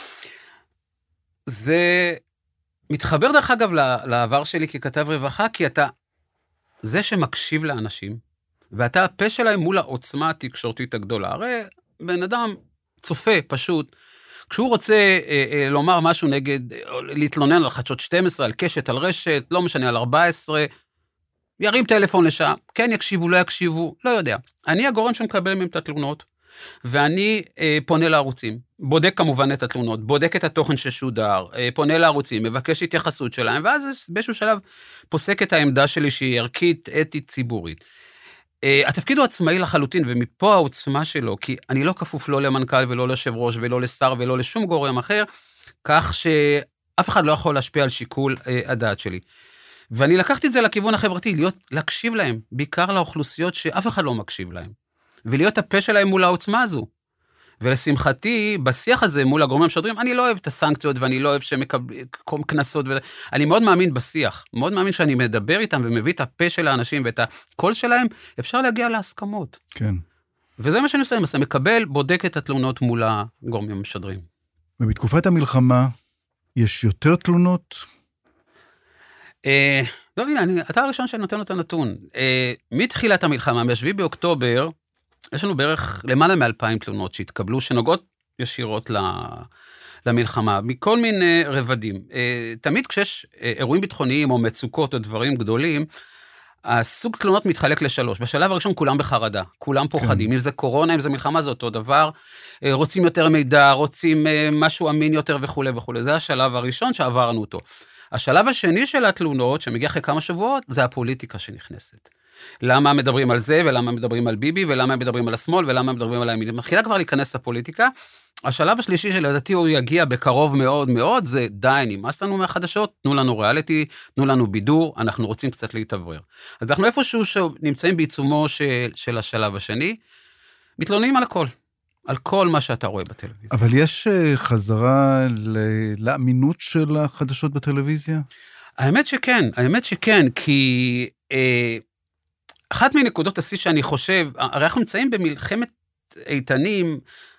זה מתחבר דרך אגב לעבר שלי ככתב רווחה, כי אתה זה שמקשיב לאנשים, ואתה הפה שלהם מול העוצמה התקשורתית הגדולה. הרי בן אדם צופה פשוט, כשהוא רוצה אה, אה, לומר משהו נגד, אה, להתלונן על חדשות שתים עשרה, על קשת, על רשת, לא משנה, על ארבע עשרה, ירים טלפון לשעה, כן יקשיבו, לא יקשיבו, לא יודע. אני הגורם שמקבל מהם את התלונות, ואני אה, פונה לערוצים, בודק כמובן את התלונות, בודק את התוכן ששודר, אה, פונה לערוצים, מבקש התייחסות שלהם, ואז באיזשהו שלב פוסק את העמדה שלי שהיא ערכית, אתית, ציבורית. Uh, התפקיד הוא עצמאי לחלוטין, ומפה העוצמה שלו, כי אני לא כפוף לא למנכ"ל ולא ליושב ראש ולא לשר ולא לשום גורם אחר, כך שאף אחד לא יכול להשפיע על שיקול uh, הדעת שלי. ואני לקחתי את זה לכיוון החברתי, להיות, להקשיב להם, בעיקר לאוכלוסיות שאף אחד לא מקשיב להם, ולהיות הפה שלהם מול העוצמה הזו. ולשמחתי, בשיח הזה מול הגורמים המשדרים, אני לא אוהב את הסנקציות, ואני לא אוהב שמקבלים כנסות, אני מאוד מאמין בשיח, מאוד מאמין שאני מדבר איתם, ומביא את הפה של האנשים, ואת הקול שלהם, אפשר להגיע להסכמות. כן. וזה מה שאני עושה, אני מקבל, בודק את התלונות מול הגורמים המשדרים. ובתקופת המלחמה, יש יותר תלונות? אה, לא, הנה, אתה הראשון שנותן את הנתון. אה, מתחילת המלחמה, מ-שבעה באוקטובר, יש לנו בערך למעלה מאלפיים תלונות שהתקבלו, שנוגעות ישירות למלחמה, מכל מיני רבדים. תמיד כשיש אירועים ביטחוניים או מצוקות או דברים גדולים, הסוג תלונות מתחלק לשלוש. בשלב הראשון כולם בחרדה, כולם פוחדים. כן. אם זה קורונה, אם זה מלחמה, זה אותו דבר. רוצים יותר מידע, רוצים משהו אמין יותר וכו' וכו'. זה השלב הראשון שעברנו אותו. השלב השני של התלונות, שמגיע אחרי כמה שבועות, זה הפוליטיקה שנכנסת. למה מדברים על זה, ולמה מדברים על ביבי, ולמה מדברים על השמאל, ולמה מדברים על הימין. מתחילה כבר להיכנס לפוליטיקה. השלב השלישי שלדעתי הוא יגיע בקרוב מאוד מאוד, זה די, נמאס לנו מהחדשות, תנו לנו ריאליטי, תנו לנו בידור, אנחנו רוצים קצת להתעברר. אז אנחנו איפשהו שנמצאים בעיצומו של, של השלב השני, מתלוננים על הכל, על כל מה שאתה רואה בטלוויזיה. אבל יש חזרה לאמינות של החדשות בטלוויזיה? האמת שכן, האמת שכן, כי אה, אחת מנקודות השיא שאני חושב, הרי אנחנו נמצאים במלחמת איתנים,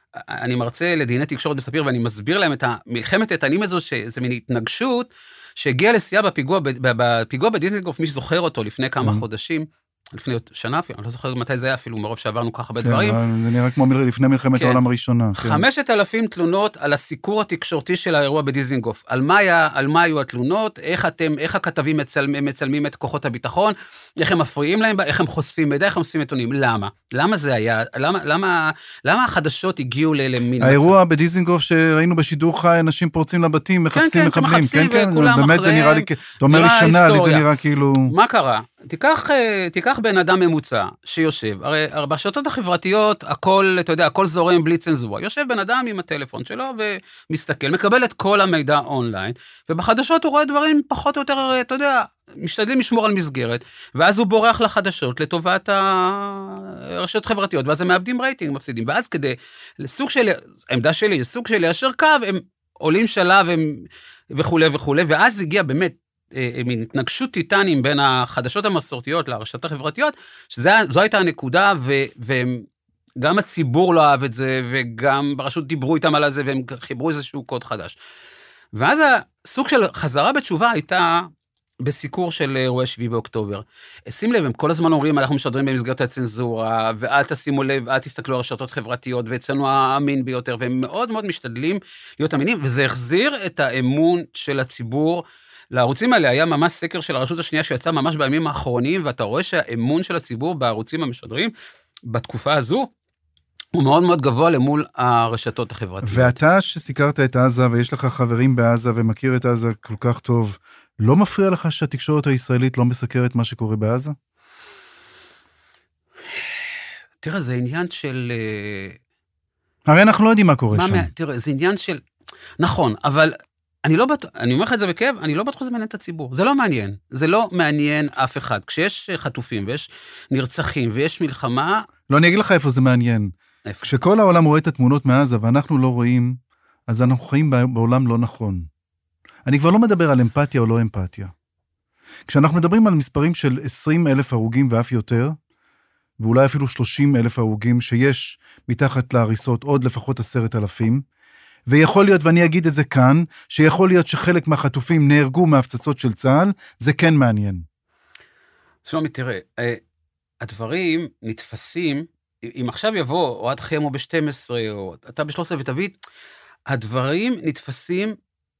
אני מרצה לדיני תקשורת בספיר, ואני מסביר להם את המלחמת התנים הזו, שזה מין התנגשות, שהגיעה לשיאה בפיגוע, בפיגוע בדיזנגוף, מי שזוכר אותו לפני כמה חודשים, לפני שנה אפילו, אני לא זוכר מתי זה היה אפילו, מרוב שעברנו ככה בדברים. זה נראה כמו לפני מלחמת העולם הראשונה. חמשת אלפים תלונות על הסיקור התקשורתי של האירוע בדיזנגוף. על מה היה, על מה היו התלונות, איך אתם, איך הכתבים מצלמים, מצלמים את כוחות הביטחון, איך הם מפריעים להם, איך הם חושפים מידע, איך הם עושים נתונים. למה? למה זה היה? למה, למה, למה החדשות הגיעו למין מצב? האירוע בדיזנגוף שראינו בשידור חי, אנשים פורצים לבתים, מחפשים מחבלים. כן, כן, וכולם באמת זה נראה לי, אתה אומר לי שנה, לי זה נראה כאילו... מה קרה? תיקח, תיקח בן אדם ממוצע שיושב, הרי ברשתות החברתיות, הכל, אתה יודע, הכל זורם בלי צנזורה. יושב בן אדם עם הטלפון שלו ומסתכל, מקבל את כל המידע אונליין, ובחדשות הוא רואה דברים פחות או יותר, אתה יודע, משתדלים לשמור על מסגרת, ואז הוא בורח לחדשות לטובת הרשתות החברתיות, ואז הם מאבדים רייטינג, מפסידים, ואז כדי, לסוג של, עמדה שלי, סוג של ליישר קו, הם עולים שלב וכו' וכו', ואז הגיע באמת, מין התנגשות טיטנים בין החדשות המסורתיות לרשתות החברתיות, שזו הייתה הנקודה, וגם הציבור לא אהב את זה, וגם ברשות דיברו איתם על זה, והם חיברו איזשהו קוד חדש. ואז הסוג של חזרה בתשובה הייתה בסיקור של אירועי שביעי באוקטובר. שים לב, הם כל הזמן אומרים, אנחנו משדרים במסגרת הצנזורה, ואל תשימו לב, אל תסתכלו על רשתות חברתיות, ואצלנו האמין ביותר, והם מאוד מאוד משתדלים להיות אמינים, וזה החזיר את האמון של הציבור, לערוצים האלה היה ממש סקר של הרשות השנייה שיצא ממש בימים האחרונים, ואתה רואה שהאמון של הציבור בערוצים המשדרים, בתקופה הזו, הוא מאוד מאוד גבוה למול הרשתות החברתיות. ואתה שסיקרת את עזה, ויש לך חברים בעזה, ומכיר את עזה כל כך טוב, לא מפריע לך שהתקשורת הישראלית לא מסקרת מה שקורה בעזה? תראה, זה עניין של... הרי אנחנו לא יודעים מה קורה שם. תראה, זה עניין של... נכון, אבל... אני לא בטוח, אני אומר לך את זה בכאב, אני לא בטוח שזה מעניין את הציבור. זה לא מעניין. זה לא מעניין אף אחד. כשיש חטופים ויש נרצחים ויש מלחמה... לא, אני אגיד לך איפה זה מעניין. איפה? כשכל העולם רואה את התמונות מעזה ואנחנו לא רואים, אז אנחנו חיים בעולם לא נכון. אני כבר לא מדבר על אמפתיה או לא אמפתיה. כשאנחנו מדברים על מספרים של עשרים אלף הרוגים ואף יותר, ואולי אפילו שלושים אלף הרוגים שיש מתחת להריסות עוד לפחות עשרת אלפים, ויכול להיות, ואני אגיד את זה כאן, שיכול להיות שחלק מהחטופים נהרגו מהפצצות של צה"ל, זה כן מעניין. שלומי, תראה, הדברים נתפסים, אם עכשיו יבוא, או עד חמו ב-שתים עשרה, או אתה ב-שלוש עשרה ותביא, הדברים נתפסים,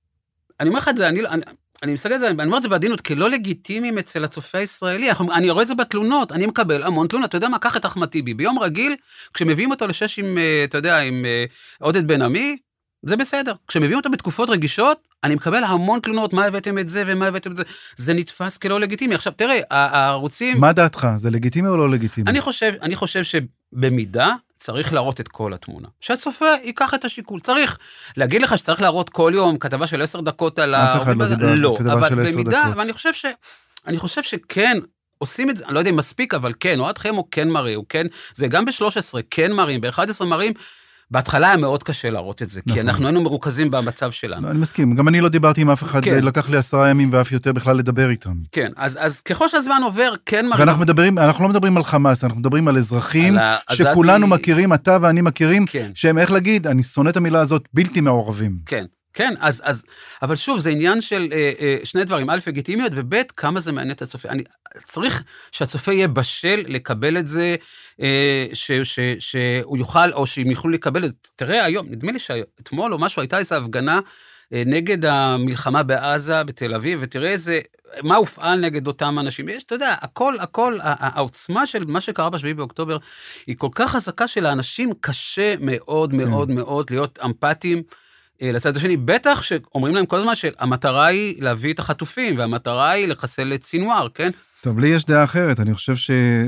אני אומר לך את זה, אני, אני, אני מסתכל את זה, אני אומר את זה בעדינות, כי לא לגיטימיים אצל הצופה הישראלי, אני רואה את זה בתלונות, אני מקבל המון תלונות, אתה יודע מה, קח את אחמד טיבי, ביום רגיל, כשמביאים אותו לשש עם, אתה יודע, עם עודד בן עמי, זה בסדר. כשמביאים אותו בתקופות רגישות, אני מקבל המון תלונות, מה הבאתם את זה ומה הבאתם את זה, זה נתפס כלא לגיטימי. עכשיו, תראה, הערוצים... מה דעתך? זה לגיטימי או לא לגיטימי? אני חושב, אני חושב שבמידה צריך להראות את כל התמונה. שהצופה ייקח את השיקול. צריך להגיד לך שצריך להראות כל יום כתבה של עשר דקות על ה... אף אחד לא דיבר לא, כתבה של עשר דקות. ואני חושב ש... אני חושב שכן, עושים את זה, אני לא יודע אם מספיק, אבל כן, או עד חיים הוא כן מראה, הוא כן, זה גם ב-שלוש עשרה כן מראים, ב-אחד עשרה מראים, בהתחלה היה מאוד קשה להראות את זה, כי אנחנו היינו מרוכזים במצב שלנו. אני מסכים, גם אני לא דיברתי עם אף אחד, לקח לי עשרה ימים ואף יותר בכלל לדבר איתם. כן, אז ככל שהזמן עובר, כן מראים. ואנחנו מדברים, אנחנו לא מדברים על חמאס, אנחנו מדברים על אזרחים, שכולנו מכירים, אתה ואני מכירים, שהם, איך להגיד, אני שונא את המילה הזאת, בלתי מעורבים. כן. כן, אז, אז, אבל שוב, זה עניין של אה, אה, שני דברים, א', לגיטימיות, וב', כמה זה מעניין את הצופה. אני צריך שהצופה יהיה בשל לקבל את זה, אה, ש, ש, שהוא יוכל, או שהם יוכלו לקבל את זה. תראה היום, נדמה לי שאתמול או משהו, הייתה איזו הפגנה אה, נגד המלחמה בעזה, בתל אביב, ותראה איזה, מה הופעל נגד אותם אנשים. יש, אתה יודע, הכל, הכל, העוצמה של מה שקרה בשביעי באוקטובר, היא כל כך חזקה שלאנשים קשה מאוד מאוד מאוד להיות אמפתיים, לצד השני, בטח שאומרים להם כל הזמן שהמטרה היא להביא את החטופים, והמטרה היא לחסל את סינואר, כן? טוב, לי יש דעה אחרת, אני חושב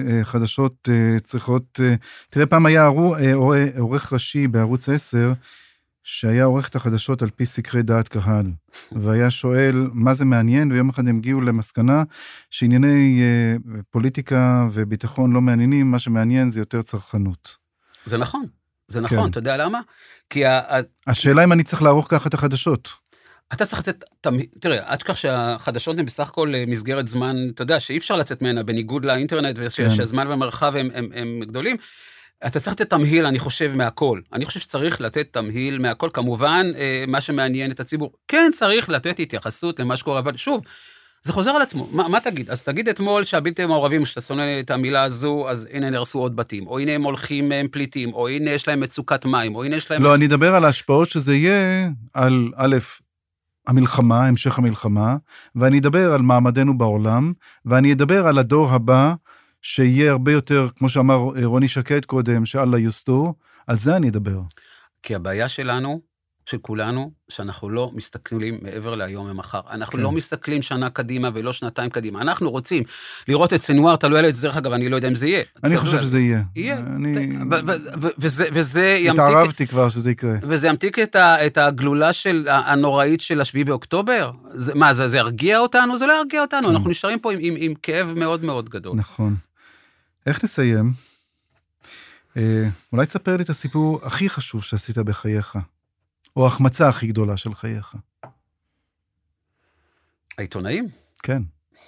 שחדשות צריכות, תראה, פעם היה עורך ראשי בערוץ עשר, שהיה עורך את החדשות על פי סקרי דעת קהל, והיה שואל מה זה מעניין, ויום אחד הם הגיעו למסקנה, שענייני פוליטיקה וביטחון לא מעניינים, מה שמעניין זה יותר צרכנות. זה נכון. זה נכון, כן. אתה יודע למה? כי ה... השאלה אם אני צריך לערוך ככה את החדשות. אתה צריך לתת, תראה, עד כך שהחדשות הן בסך הכל מסגרת זמן, אתה יודע, שאי אפשר לצאת ממנה, בניגוד לאינטרנט, ושהזמן והמרחב הם, הם, הם גדולים, אתה צריך לתת תמהיל, אני חושב, מהכל. אני חושב שצריך לתת תמהיל מהכל. כמובן, מה שמעניין את הציבור, כן צריך לתת התייחסות למה שקורה, אבל שוב, זה חוזר על עצמו. מה, מה תגיד? אז תגיד אתמול שהבלתי מעורבים, שאתה שונא את המילה הזו, אז הנה נרסו עוד בתים, או הנה הם הולכים, הם פליטים, או הנה יש להם מצוקת מים, או הנה יש להם... לא, מצ... אני אדבר על ההשפעות שזה יהיה על א', המלחמה, המשך המלחמה, ואני אדבר על מעמדנו בעולם, ואני אדבר על הדור הבא, שיהיה הרבה יותר, כמו שאמר רוני שקד קודם, שאללה יוסטור, על זה אני אדבר. כי הבעיה שלנו, של כולנו, שאנחנו לא מסתכלים מעבר להיום ומחר. אנחנו כן. לא מסתכלים שנה קדימה ולא שנתיים קדימה. אנחנו רוצים לראות את סנואר, תלוי על את זה, דרך אגב, אני לא יודע אם זה יהיה. אני חושב לא... שזה יהיה. יהיה. אני... ו- ו- ו- וזה, וזה ימתיק... התערבתי כבר שזה יקרה. וזה ימתיק את, ה- את הגלולה של, הנוראית של השביעי באוקטובר? זה, מה, זה, זה ירגיע אותנו? זה לא ירגיע אותנו. כן. אנחנו נשארים פה עם, עם, עם כאב מאוד מאוד גדול. נכון. איך נסיים? אה, אולי תספר לי את הסיפור הכי חשוב שעשית בחייך. או ההחמצה הכי גדולה של חייך. העיתונאים? כן.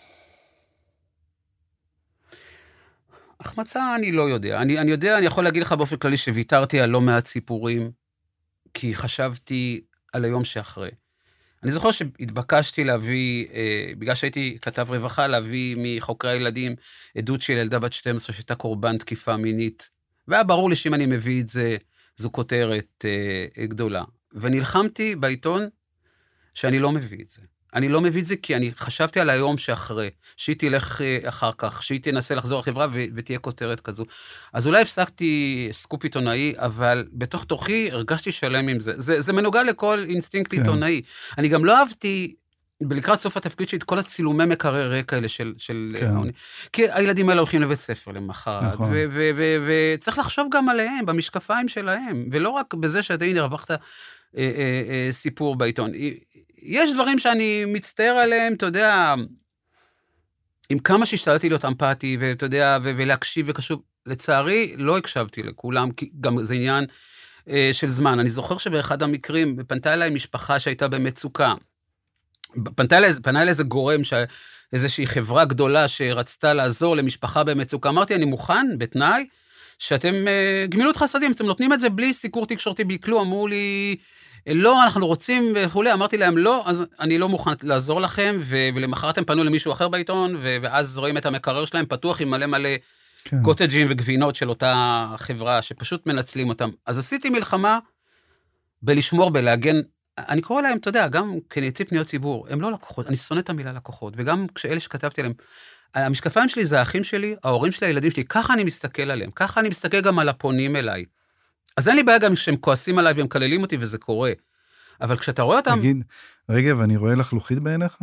החמצה אני לא יודע. אני, אני יודע, אני יכול להגיד לך באופן כללי שוויתרתי על לא מעט סיפורים, כי חשבתי על היום שאחרי. אני זוכר שהתבקשתי להביא, אה, בגלל שהייתי כתב רווחה, להביא מחוקרי הילדים עדות של ילדה בת שתים עשרה שהייתה קורבן תקיפה מינית, והיה ברור לי שאם אני מביא את זה, זו כותרת אה, גדולה. ונלחמתי בעיתון שאני לא מביא את זה. אני לא מביא את זה כי אני חשבתי על היום שאחרי, שהיא תלך אחר כך, שהיא תנסה לחזור לחברה ו- ותהיה כותרת כזו. אז אולי הפסקתי סקופ עיתונאי, אבל בתוך תוכי הרגשתי שלם עם זה. זה, זה מנוגע לכל אינסטינקט כן. עיתונאי. אני גם לא אהבתי, בלקראת סוף התפקיד שלי, את כל הצילומי מקרי רקע האלה של... של כן. העוני. כי הילדים האלה הולכים לבית ספר למחרת, נכון. וצריך לחשוב גם עליהם, במשקפיים שלהם, ולא רק בזה שאתה הנה הרווחת אה, אה, אה, סיפור בעיתון. יש דברים שאני מצטער עליהם, אתה יודע, עם כמה שהשתדלתי להיות אמפתי, ואתה יודע, ו- ולהקשיב וקשוב, לצערי לא הקשבתי לכולם, כי גם זה עניין אה, של זמן. אני זוכר שבאחד המקרים, פנתה אליי משפחה שהייתה במצוקה, פנתה אליי, פנה אליי איזה גורם, ש... איזושהי חברה גדולה שרצתה לעזור למשפחה במצוקה, אמרתי, אני מוכן, בתנאי, שאתם, אה, גמילות חסדים, אתם נותנים את זה בלי סיקור תקשורתי, בלי כלום, אמרו לי, לא, אנחנו רוצים וכולי, אמרתי להם לא, אז אני לא מוכן לעזור לכם, ו- ולמחרת הם פנו למישהו אחר בעיתון, ו- ואז רואים את המקרר שלהם פתוח עם מלא מלא כן. קוטג'ים וגבינות של אותה חברה, שפשוט מנצלים אותם. אז עשיתי מלחמה בלשמור, בלהגן, אני קורא להם, אתה יודע, גם כנציב פניות ציבור, הם לא לקוחות, אני שונא את המילה לקוחות, וגם כשאלה שכתבתי עליהם, המשקפיים שלי זה האחים שלי, ההורים שלי, הילדים שלי, ככה אני מסתכל עליהם, ככה אני מסתכל גם על הפונים אליי. אז אין לי בעיה גם כשהם כועסים עליי והם כללים אותי וזה קורה. אבל כשאתה רואה אותם... תגיד, רגע, ואני רואה לך לוחית בעיניך?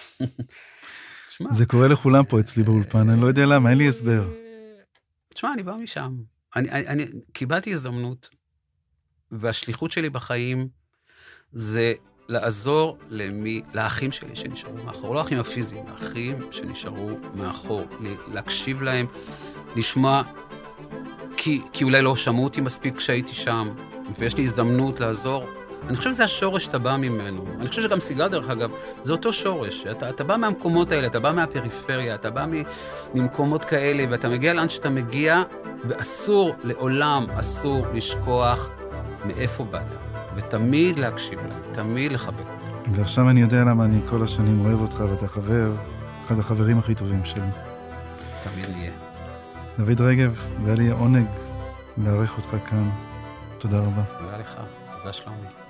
זה קורה לכולם פה אצלי באולפן, אני לא יודע למה, אין לי הסבר. תשמע, אני בא משם. אני, אני, אני קיבלתי הזדמנות, והשליחות שלי בחיים זה לעזור למי, לאחים שלי שנשארו מאחור, לא האחים הפיזיים, האחים שנשארו מאחור, להקשיב להם, לשמוע... כי, כי אולי לא שמעו אותי מספיק כשהייתי שם, ויש לי הזדמנות לעזור. אני חושב שזה השורש שאתה בא ממנו. אני חושב שגם סיגל, דרך אגב, זה אותו שורש. אתה, אתה בא מהמקומות האלה, אתה בא מהפריפריה, אתה בא ממקומות כאלה, ואתה מגיע לאן שאתה מגיע, ואסור, לעולם, אסור לשכוח מאיפה באת. ותמיד להקשיב להם, תמיד לחבק אותם. ועכשיו אני יודע למה אני כל השנים אוהב אותך, ואתה חבר, אחד החברים הכי טובים שלי. תמיד נהיה. דוד רגב, והיה לי עונג לערך אותך כאן. תודה רבה. תודה לך, תודה שלומי.